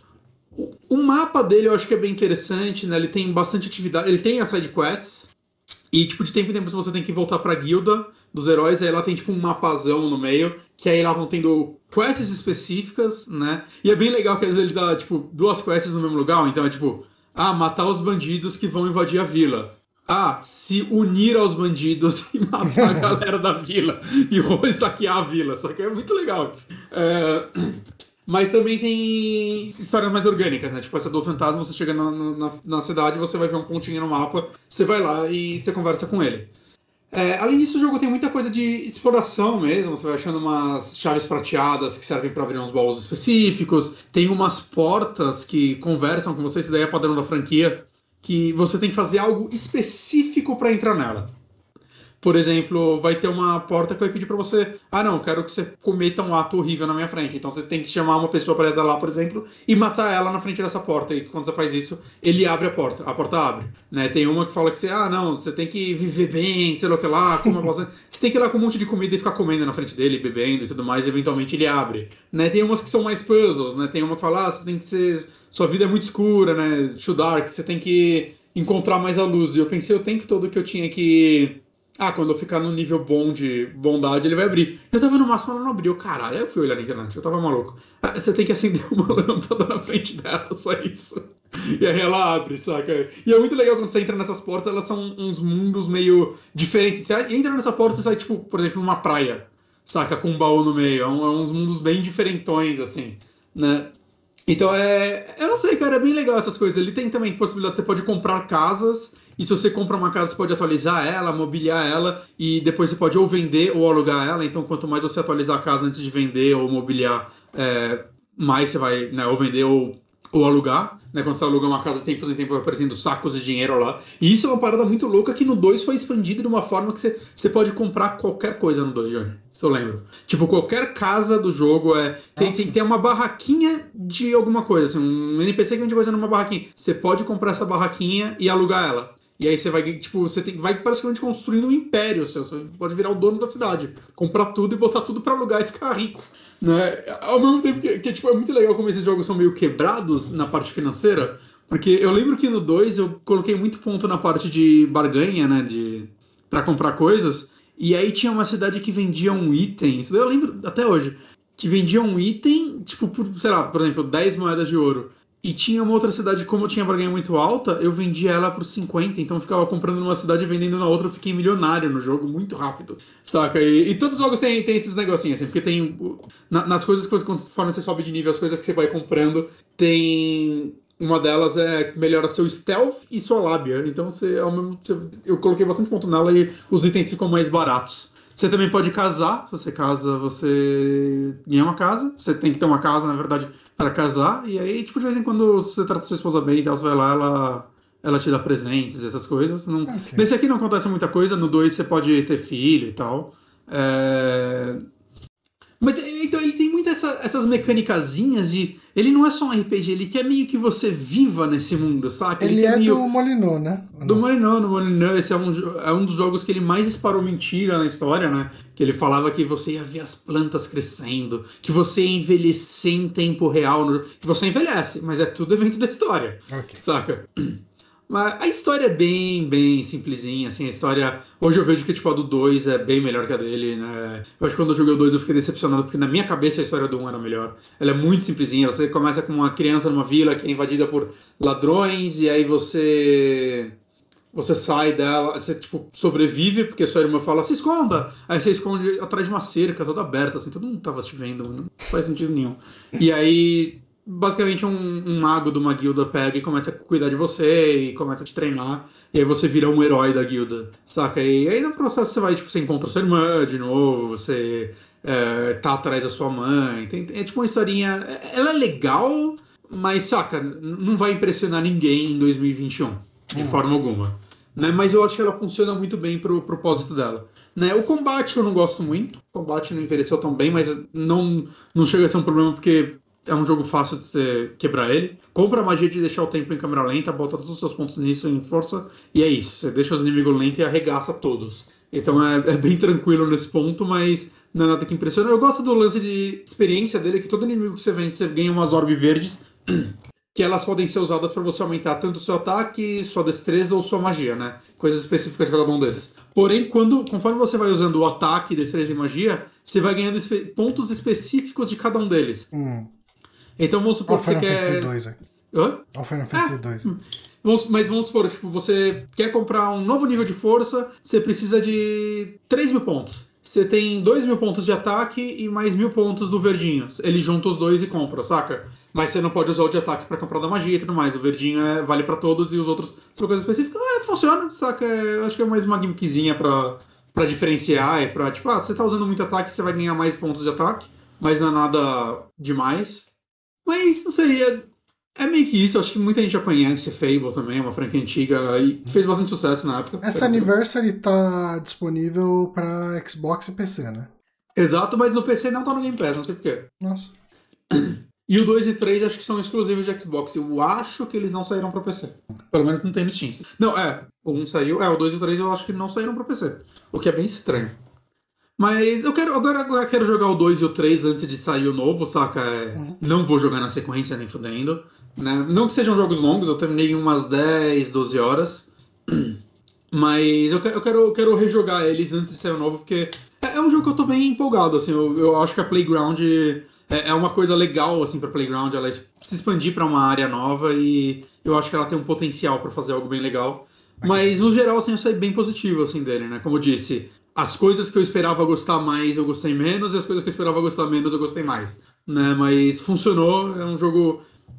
O mapa dele eu acho que é bem interessante, né? Ele tem bastante atividade. Ele tem as side quests. E, tipo, de tempo em tempo você tem que voltar pra guilda dos heróis, aí lá tem, tipo, um mapazão no meio, que aí lá vão tendo quests específicas, né? E é bem legal que às vezes ele dá, tipo, 2 quests no mesmo lugar, então é tipo, matar os bandidos que vão invadir a vila. Se unir aos bandidos e matar a galera da vila e saquear a vila, só que é muito legal isso. Mas também tem histórias mais orgânicas, né? Tipo, essa do fantasma, você chega na cidade, você vai ver um pontinho no mapa, você vai lá e você conversa com ele. Além disso, o jogo tem muita coisa de exploração mesmo, você vai achando umas chaves prateadas que servem para abrir uns baús específicos, tem umas portas que conversam com você, isso daí é padrão da franquia, que você tem que fazer algo específico para entrar nela. Por exemplo, vai ter uma porta que vai pedir pra você: não, quero que você cometa um ato horrível na minha frente. Então você tem que chamar uma pessoa pra ir lá, por exemplo, e matar ela na frente dessa porta. E quando você faz isso, ele abre a porta abre. Né? Tem uma que fala que você, não, você tem que viver bem, sei lá o que lá, você tem que ir lá com um monte de comida e ficar comendo na frente dele, bebendo e tudo mais, e eventualmente ele abre. Né? Tem umas que são mais puzzles, né? Tem uma que fala, você tem que ser... Sua vida é muito escura, né? Too dark, você tem que encontrar mais a luz. E eu pensei o tempo todo que eu tinha que... quando eu ficar no nível bom de bondade, ele vai abrir. Eu tava no máximo, ela não abriu. Caralho, aí eu fui olhar na internet, eu tava maluco. Você tem que acender uma lâmpada na frente dela, só isso. E aí ela abre, saca? E é muito legal quando você entra nessas portas, elas são uns mundos meio diferentes. Você entra nessa porta e sai, tipo, por exemplo, numa praia, saca? Com um baú no meio. É uns mundos bem diferentões, assim, né? Então eu não sei, cara, é bem legal essas coisas. Ele tem também possibilidade, você pode comprar casas e se você compra uma casa, você pode atualizar ela, mobiliar ela, e depois você pode ou vender ou alugar ela, então quanto mais você atualizar a casa antes de vender ou mobiliar, mais você vai, né, ou vender ou alugar, né? Quando você aluga uma casa, tempos em tempos vai aparecendo sacos de dinheiro lá. E isso é uma parada muito louca que no 2 foi expandido de uma forma que você pode comprar qualquer coisa no 2, Johnny. Se eu lembro. Tipo, qualquer casa do jogo tem uma barraquinha de alguma coisa, assim, um NPC que vende coisa numa barraquinha. Você pode comprar essa barraquinha e alugar ela. E aí você vai, tipo, vai basicamente construindo um império seu. Você pode virar o dono da cidade. Comprar tudo e botar tudo pra alugar e ficar rico. Né? Ao mesmo tempo que tipo, é muito legal como esses jogos são meio quebrados na parte financeira, porque eu lembro que no 2 eu coloquei muito ponto na parte de barganha, né, pra comprar coisas, e aí tinha uma cidade que vendia um item, isso daí eu lembro até hoje, que vendia um item, tipo, por, sei lá, por exemplo, 10 moedas de ouro. E tinha uma outra cidade, como eu tinha barganha muito alta, eu vendia ela por 50, então eu ficava comprando numa cidade e vendendo na outra, eu fiquei milionário no jogo muito rápido, saca? E todos os jogos têm esses negocinhos, assim, porque tem... nas coisas que conforme você sobe de nível, as coisas que você vai comprando, tem... Uma delas melhora seu stealth e sua lábia, então eu coloquei bastante ponto nela e os itens ficam mais baratos. Você também pode casar. Se você casa, você ganha uma casa. Você tem que ter uma casa, na verdade, para casar. E aí, tipo, de vez em quando você trata sua esposa bem, então você vai lá, ela te dá presentes, essas coisas. Não... Okay. Nesse aqui não acontece muita coisa. No 2 você pode ter filho e tal. Mas então ele tem muitas essas mecânicazinhas de... Ele não é só um RPG, ele quer meio que você viva nesse mundo, saca? Ele é meio... do Molyneux, né? Do Molyneux. Esse é um dos jogos que ele mais disparou mentira na história, né? Que ele falava que você ia ver as plantas crescendo, que você ia envelhecer em tempo real, que você envelhece, mas é tudo evento da história, okay. Saca? Mas a história é bem simplesinha, assim, a história... Hoje eu vejo que, tipo, a do 2 é bem melhor que a dele, né? Eu acho que quando eu joguei o 2 eu fiquei decepcionado, porque na minha cabeça a história do 1 era melhor. Ela é muito simplesinha, você começa com uma criança numa vila que é invadida por ladrões, e aí você sai dela, você, tipo, sobrevive, porque sua irmã fala, se esconda! Aí você esconde atrás de uma cerca toda aberta, assim, todo mundo tava te vendo, não faz sentido nenhum. E aí... Basicamente um mago de uma guilda pega e começa a cuidar de você e começa a te treinar, e aí você vira um herói da guilda, saca? E aí no processo você vai, tipo, você encontra sua irmã de novo, você tá atrás da sua mãe, é tipo uma historinha, ela é legal, mas saca, não vai impressionar ninguém em 2021, de forma alguma, né? Mas eu acho que ela funciona muito bem pro propósito dela. Né? O combate eu não gosto muito, o combate não envelheceu tão bem, mas não chega a ser um problema porque é um jogo fácil de você quebrar ele. Compra a magia de deixar o tempo em câmera lenta, bota todos os seus pontos nisso em força, e é isso. Você deixa os inimigos lentos e arregaça todos. Então é bem tranquilo nesse ponto, mas não é nada que impressiona. Eu gosto do lance de experiência dele, que todo inimigo que você vence, você ganha umas orbes verdes, que elas podem ser usadas para você aumentar tanto o seu ataque, sua destreza ou sua magia, né? Coisas específicas de cada um desses. Porém, conforme você vai usando o ataque, destreza e magia, você vai ganhando pontos específicos de cada um deles. Então vamos supor que você quer... Olha o Final Fantasy 2. Mas vamos supor, tipo, você quer comprar um novo nível de força, você precisa de 3.000 pontos. Você tem 2.000 pontos de ataque e mais 1.000 pontos do verdinho. Ele junta os dois e compra, saca? Mas você não pode usar o de ataque pra comprar da magia e tudo mais. O verdinho vale pra todos e os outros são coisas específicas. Funciona, saca? Eu acho que é mais uma gimmickzinha pra diferenciar. Pra, tipo, você tá usando muito ataque, você vai ganhar mais pontos de ataque. Mas não é nada demais. Mas, não sei, é meio que isso. Eu acho que muita gente já conhece Fable também, é uma franquia antiga e fez bastante sucesso na época. Essa Anniversary tá disponível pra Xbox e PC, né? Exato, mas no PC não tá no Game Pass, não sei porquê. Nossa. E o 2 e 3 acho que são exclusivos de Xbox. Eu acho que eles não saíram pra PC. Pelo menos não tem no Steam. Não, o 1 saiu, o 2 e o 3 eu acho que não saíram pra PC. O que é bem estranho. Mas eu quero agora quero jogar o 2 e o 3 antes de sair o novo, saca? Não vou jogar na sequência nem fudendo. Né? Não que sejam jogos longos, eu terminei umas 10, 12 horas. Mas eu quero rejogar eles antes de sair o novo, porque é um jogo que eu tô bem empolgado, assim. Eu acho que a Playground é uma coisa legal, assim, pra Playground, ela se expandir pra uma área nova e eu acho que ela tem um potencial pra fazer algo bem legal. Mas, no geral, assim, eu saí bem positivo, assim, dele, né? Como eu disse... As coisas que eu esperava gostar mais, eu gostei menos, e as coisas que eu esperava gostar menos, eu gostei mais. Né? Mas funcionou, é um jogo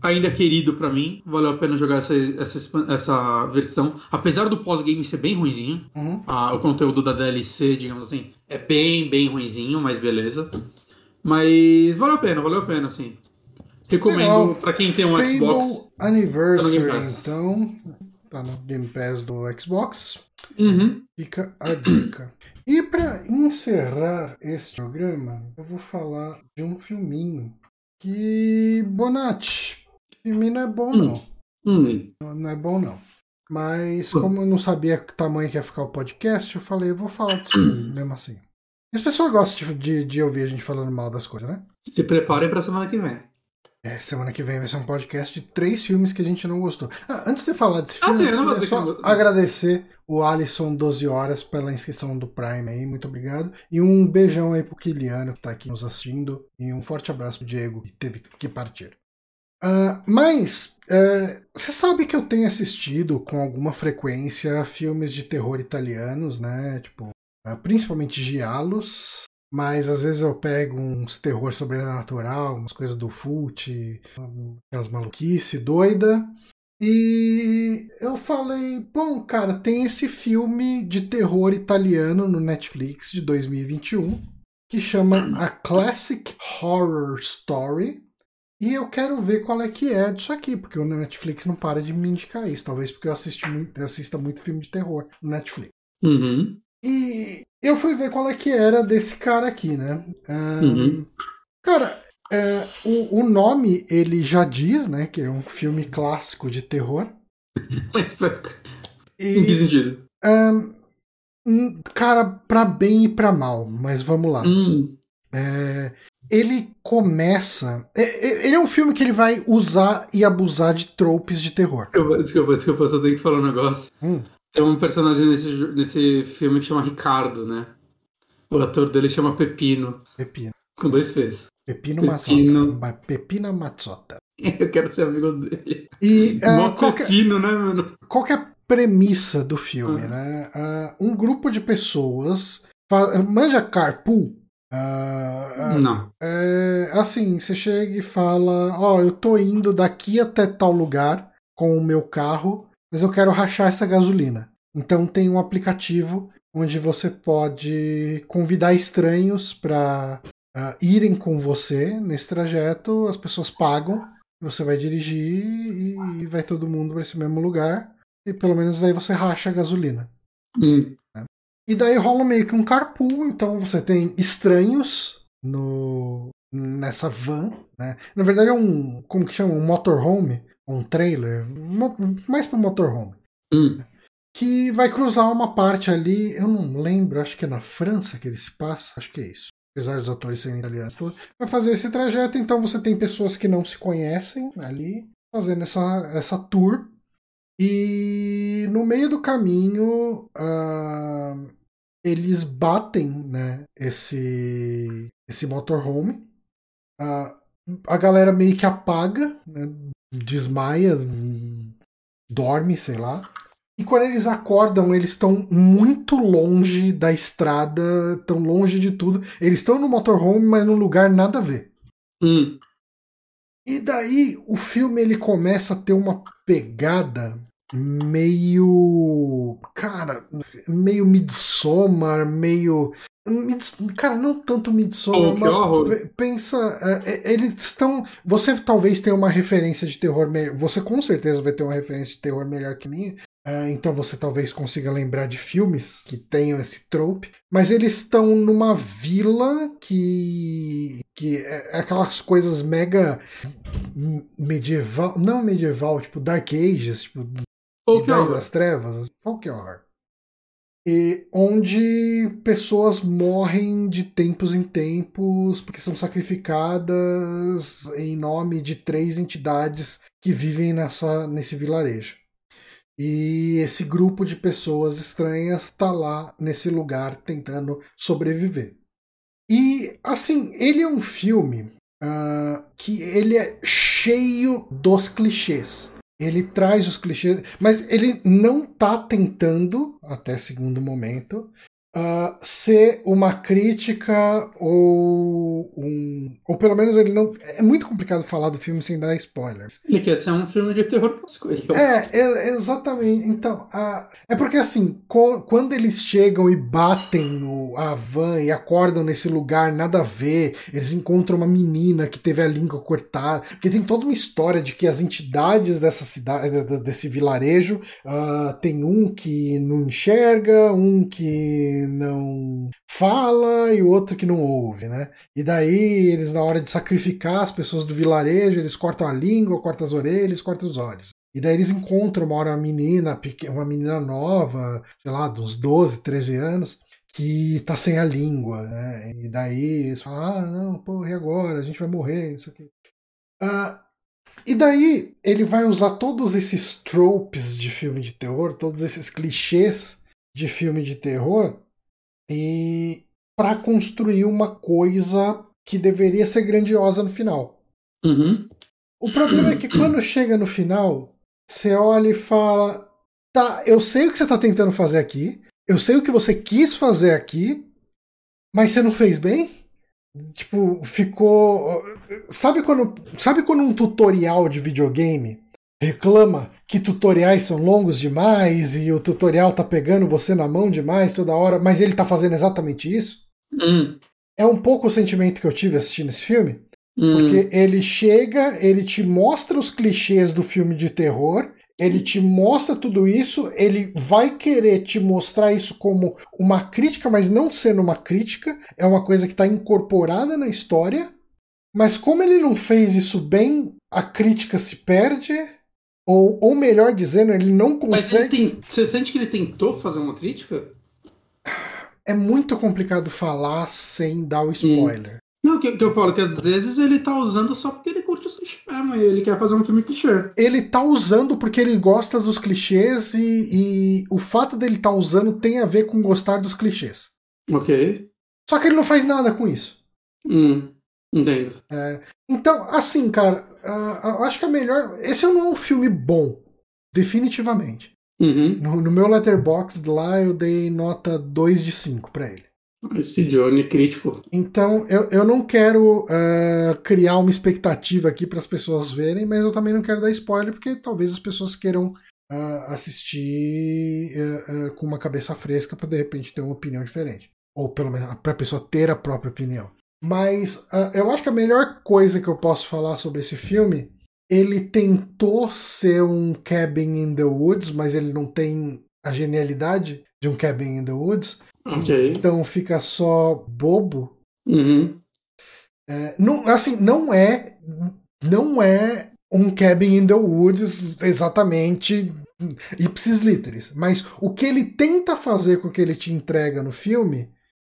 ainda é querido pra mim. Valeu a pena jogar essa versão. Apesar do pós-game ser bem ruinzinho. O conteúdo da DLC, digamos assim, é bem ruinzinho, mas beleza. Mas valeu a pena, assim. Recomendo pra quem tem um Fable Xbox. Anniversary, então. Tá no Game Pass do Xbox. Fica a dica. E pra encerrar este programa, eu vou falar de um filminho que, Bonatti, o filme não é bom não. Não é bom não. Mas como eu não sabia que tamanho que ia ficar o podcast, eu falei, eu vou falar desse filme mesmo assim. As pessoas gostam de ouvir a gente falando mal das coisas, né? Se preparem pra semana que vem. Semana que vem vai ser um podcast de 3 filmes que a gente não gostou. Antes de falar desse filme, sim, eu não vou eu dizer só que não vou... agradecer o Alisson 12 horas pela inscrição do Prime aí, muito obrigado. E um beijão aí pro Kiliano que tá aqui nos assistindo. E um forte abraço pro Diego, que teve que partir. Mas você sabe que eu tenho assistido com alguma frequência filmes de terror italianos, né? Tipo, principalmente giallos. Mas às vezes eu pego uns terror sobrenatural, umas coisas do Fult, aquelas maluquice doida. E eu falei, bom, cara, tem esse filme de terror italiano no Netflix de 2021 que chama A Classic Horror Story. E eu quero ver qual é que é disso aqui, porque o Netflix não para de me indicar isso. Talvez porque eu assista muito filme de terror no Netflix. E eu fui ver qual é que era desse cara aqui, né? Cara, o nome ele já diz, né, que é um filme clássico de terror. Mas em que sentido? Cara, pra bem e pra mal, mas vamos lá. Ele começa... Ele é um filme que ele vai usar e abusar de tropes de terror. Desculpa, só tenho que falar um negócio. Tem um personagem nesse filme que chama Ricardo, né? O ator dele chama Pepino. Com 2 P's. Pepino Mazzotta. Pepino Mazzotta. Eu quero ser amigo dele. E Pepino, né, mano? Qual que é a premissa do filme, né? Um grupo de pessoas... Manja carpool? Não. Assim, você chega e fala, eu tô indo daqui até tal lugar com o meu carro, mas eu quero rachar essa gasolina. Então tem um aplicativo onde você pode convidar estranhos para irem com você nesse trajeto, as pessoas pagam, você vai dirigir e vai todo mundo para esse mesmo lugar, e pelo menos daí você racha a gasolina. Né? E daí rola meio que um carpool, então você tem estranhos nessa van, né? Na verdade é como que chama? Um motorhome, um trailer, mais pro motorhome. Que vai cruzar uma parte ali, eu não lembro, acho que é na França que ele se passa, acho que é isso. Apesar dos atores serem italianos, vai fazer esse trajeto, então você tem pessoas que não se conhecem ali, fazendo essa tour. E no meio do caminho, eles batem, né, esse motorhome. A galera meio que apaga, né, desmaia, dorme, sei lá. E quando eles acordam, eles estão muito longe da estrada, tão longe de tudo. Eles estão no motorhome, mas num lugar nada a ver. E daí o filme ele começa a ter uma pegada meio... Cara, meio Midsommar, meio... Cara, não tanto Midsommar, mas pensa... eles estão... Você talvez tenha uma referência de terror melhor. Você com certeza vai ter uma referência de terror melhor que minha. Então você talvez consiga lembrar de filmes que tenham esse trope, mas eles estão numa vila que é aquelas coisas mega medieval, não medieval, tipo Dark Ages, tipo Idade das Trevas, folk horror. E onde pessoas morrem de tempos em tempos porque são sacrificadas em nome de 3 entidades que vivem nesse vilarejo. E esse grupo de pessoas estranhas está lá nesse lugar tentando sobreviver. E, assim, ele é um filme que ele é cheio dos clichês. Ele traz os clichês, mas ele não está tentando, até segundo momento, ser uma crítica ou Ou pelo menos ele não. É muito complicado falar do filme sem dar spoilers. Ele quer ser um filme de terror pós-coelho. Exatamente. Então, é porque assim, quando eles chegam e batem a van e acordam nesse lugar, nada a ver, eles encontram uma menina que teve a língua cortada, porque tem toda uma história de que as entidades dessa cidade, desse vilarejo, tem um que não enxerga, um que não fala e o outro que não ouve, né? E daí eles, na hora de sacrificar as pessoas do vilarejo, eles cortam a língua, cortam as orelhas, cortam os olhos. E daí eles encontram uma hora uma menina nova, sei lá, de uns 12, 13 anos, que tá sem a língua, né? E daí eles falam, não, pô, e agora? A gente vai morrer, isso aqui. E daí ele vai usar todos esses tropes de filme de terror, todos esses clichês de filme de terror, e para construir uma coisa que deveria ser grandiosa no final. Uhum. O problema é que quando chega no final, você olha e fala, tá, eu sei o que você tá tentando fazer aqui, eu sei o que você quis fazer aqui, mas você não fez bem? Tipo, ficou... Sabe quando um tutorial de videogame reclama que tutoriais são longos demais e o tutorial tá pegando você na mão demais toda hora, mas ele tá fazendo exatamente isso? É um pouco o sentimento que eu tive assistindo esse filme. Porque ele chega, ele te mostra os clichês do filme de terror, ele te mostra tudo isso, ele vai querer te mostrar isso como uma crítica, mas não sendo uma crítica, é uma coisa que está incorporada na história, mas como ele não fez isso bem, a crítica se perde, ou melhor dizendo, ele não consegue... Mas você sente que ele tentou fazer uma crítica? É muito complicado falar sem dar o spoiler. Não, que eu falo que às vezes ele tá usando só porque ele curte os clichês mesmo, e ele quer fazer um filme clichê. Ele tá usando porque ele gosta dos clichês e o fato dele tá usando tem a ver com gostar dos clichês. Ok. Só que ele não faz nada com isso. Entendo. Então, assim, cara, eu acho que é melhor... Esse não é um filme bom, definitivamente. No meu Letterboxd lá eu dei nota 2 de 5 pra ele. Esse Johnny crítico. Então, eu não quero criar uma expectativa aqui para as pessoas verem, mas eu também não quero dar spoiler, porque talvez as pessoas queiram assistir com uma cabeça fresca para de repente ter uma opinião diferente. Ou pelo menos para a pessoa ter a própria opinião. Mas eu acho que a melhor coisa que eu posso falar sobre esse filme, ele tentou ser um Cabin in the Woods, mas ele não tem a genialidade de um Cabin in the Woods. Okay. Então fica só bobo. Não, assim, não é um Cabin in the Woods exatamente ipsis literis, mas o que ele tenta fazer com o que ele te entrega no filme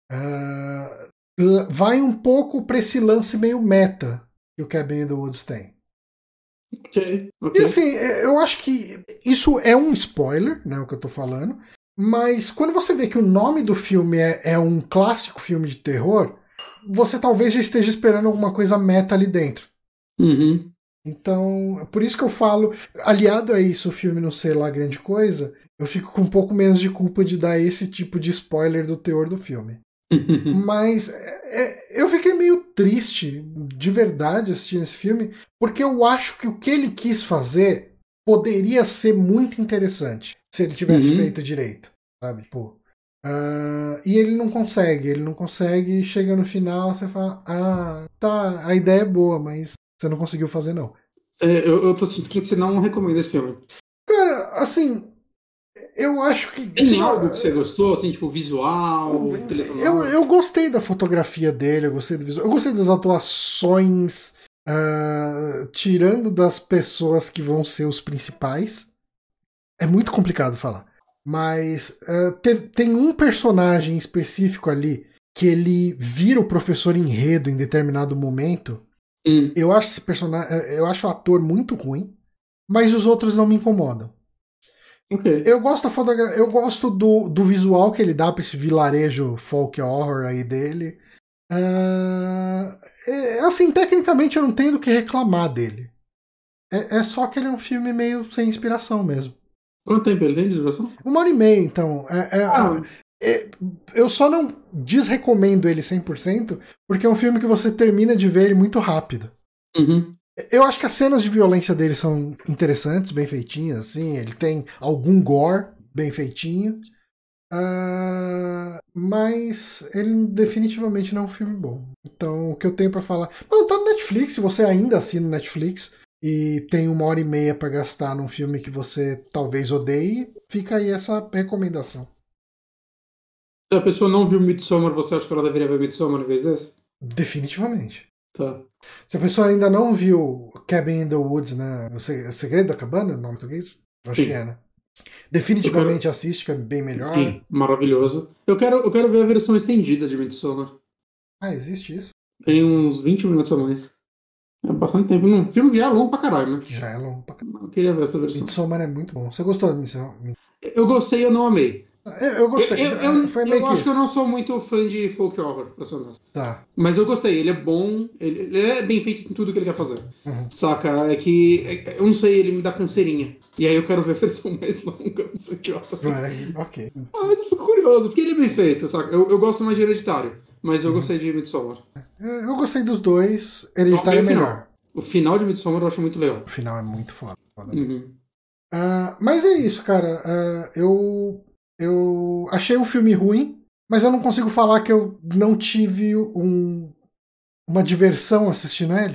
vai um pouco para esse lance meio meta que o Cabin in the Woods tem. Okay. E assim, eu acho que isso é um spoiler, né, o que eu tô falando. Mas quando você vê que o nome do filme é um clássico filme de terror, você talvez já esteja esperando alguma coisa meta ali dentro. Então, por isso que eu falo, aliado a isso, o filme não ser lá grande coisa, eu fico com um pouco menos de culpa de dar esse tipo de spoiler do teor do filme. Mas eu fiquei meio triste, de verdade, assistindo esse filme, porque eu acho que o que ele quis fazer poderia ser muito interessante se ele tivesse feito direito, sabe? Pô. E ele não consegue, chega no final, você fala, tá, a ideia é boa, mas você não conseguiu fazer, não. Eu tô sentindo que você não recomenda esse filme. Cara, assim, eu acho que... Tem algo que você gostou, assim, tipo, visual, eu gostei da fotografia dele, eu gostei do visual, eu gostei das atuações, tirando das pessoas que vão ser os principais. É muito complicado falar. Mas tem um personagem específico ali que ele vira o professor Enredo em determinado momento. Eu acho esse personagem, eu acho o ator muito ruim, mas os outros não me incomodam. Okay. Eu gosto da fotografia, eu gosto do visual que ele dá pra esse vilarejo folk horror aí dele. Assim, tecnicamente eu não tenho do que reclamar dele. É só que ele é um filme meio sem inspiração mesmo. Quanto tempo ele tem de duração? 1h30, então. Eu só não desrecomendo ele 100%, porque é um filme que você termina de ver ele muito rápido. Uhum. Eu acho que as cenas de violência dele são interessantes, bem feitinhas, assim. Ele tem algum gore bem feitinho. Mas ele definitivamente não é um filme bom. Então, o que eu tenho pra falar... Bom, tá no Netflix, se você ainda assina o Netflix e tem 1h30 pra gastar num filme que você talvez odeie, fica aí essa recomendação. Se a pessoa não viu Midsommar, você acha que ela deveria ver Midsommar em vez desse? Definitivamente. Tá. Se a pessoa ainda não viu Cabin in the Woods, né? O Segredo da Cabana, o nome português? Acho que é, né? Definitivamente assiste, que é bem melhor. Sim, maravilhoso. Eu quero ver a versão estendida de Midsommar. Ah, existe isso? Tem uns 20 minutos a mais. É bastante tempo. Um filme que já é longo pra caralho, né? Já é longo pra caralho. Eu queria ver essa versão. Midsommar é muito bom. Você gostou do Midsommar? Eu gostei e eu não amei. Eu gostei. Foi meio Eu que acho que eu isso. não sou muito fã de folk horror, pra ser honesto. Tá. Mas eu gostei, ele é bom, ele é bem feito em tudo que ele quer fazer. Uhum. Saca? É que, eu não sei, ele me dá canseirinha. E aí eu quero ver a versão mais longa, eu sou idiota. Ok. Mas eu fico curioso, porque ele é bem feito, saca? Eu gosto mais de Hereditário, mas eu gostei de Midsommar. Eu gostei dos dois. Hereditário é melhor. O final de Midsommar eu acho muito legal. O final é muito foda. Uhum. Mas é isso, cara. Eu achei o filme ruim, mas eu não consigo falar que eu não tive uma diversão assistindo ele.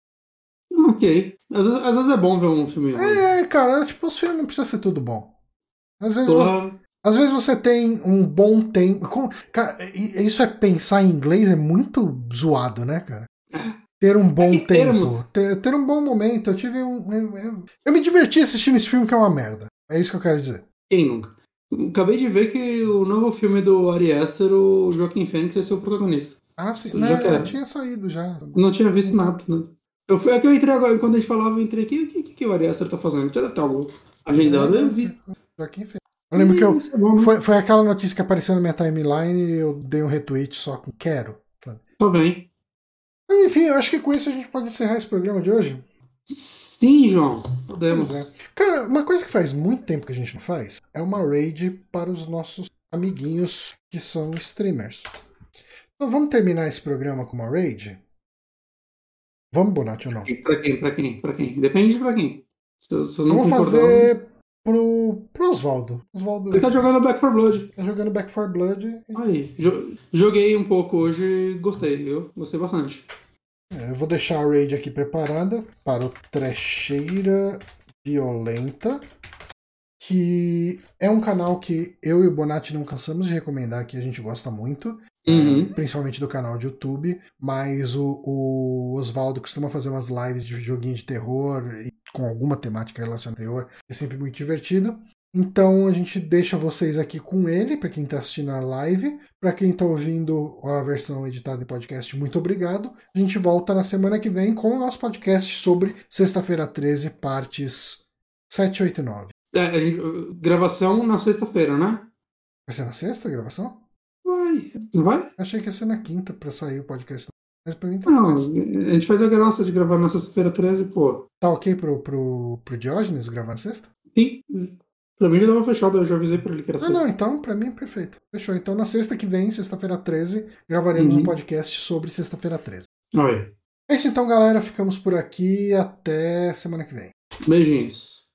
Ok. Às vezes é bom ver um filme ruim. Cara, tipo, os filmes não precisam ser tudo bom. Às vezes você tem um bom tempo. Cara, isso é pensar em inglês é muito zoado, né, cara? Ter um bom tempo. Ter um bom momento. Eu tive eu me diverti assistindo esse filme que é uma merda. É isso que eu quero dizer. Quem nunca? Acabei de ver que o novo filme do Ari Aster, o Joaquin Phoenix, vai ser o protagonista. Ah, sim. Já tinha saído já. Não tinha visto nada. Né? É que eu entrei agora, quando a gente falava, eu entrei aqui, o que o Ari Aster tá fazendo? Já deve estar algo agendado, eu vi. Joaquin Phoenix. Eu lembro que foi aquela notícia que apareceu na minha timeline e eu dei um retweet só com quero. Tô bem. Mas enfim, eu acho que com isso a gente pode encerrar esse programa de hoje. Sim, João. Podemos. Cara, uma coisa que faz muito tempo que a gente não faz é uma raid para os nossos amiguinhos que são streamers. Então vamos terminar esse programa com uma raid? Vamos, Bonatti, ou não? Pra quem? Depende de pra quem. Se eu não vamos fazer pro Osvaldo. Ele tá jogando Back 4 Blood. Tá jogando Back 4 Blood. Aí, joguei um pouco hoje e gostei. Eu gostei bastante. Eu vou deixar a raid aqui preparada para o Trecheira Violenta, que é um canal que eu e o Bonatti não cansamos de recomendar, que a gente gosta muito, principalmente do canal de YouTube, mas o Osvaldo costuma fazer umas lives de joguinho de terror e com alguma temática relacionada ao terror, é sempre muito divertido. Então a gente deixa vocês aqui com ele, para quem está assistindo a live. Para quem está ouvindo a versão editada em podcast, muito obrigado. A gente volta na semana que vem com o nosso podcast sobre Sexta-feira 13, partes 7, 8 e 9. Gravação na sexta-feira, né? Vai ser na sexta a gravação? Vai. Não vai? Achei que ia ser na quinta para sair o podcast. Mas pra mim tá Não, a gente faz a graça de gravar na sexta-feira 13, pô. Tá ok pro Diógenes gravar na sexta? Sim. Pra mim já tava fechado, eu já avisei pra ele que era sexta. Não, então pra mim é perfeito. Fechou. Então na sexta que vem, sexta-feira 13, gravaremos um podcast sobre sexta-feira 13. Oi. É isso então, galera. Ficamos por aqui. Até semana que vem. Beijinhos.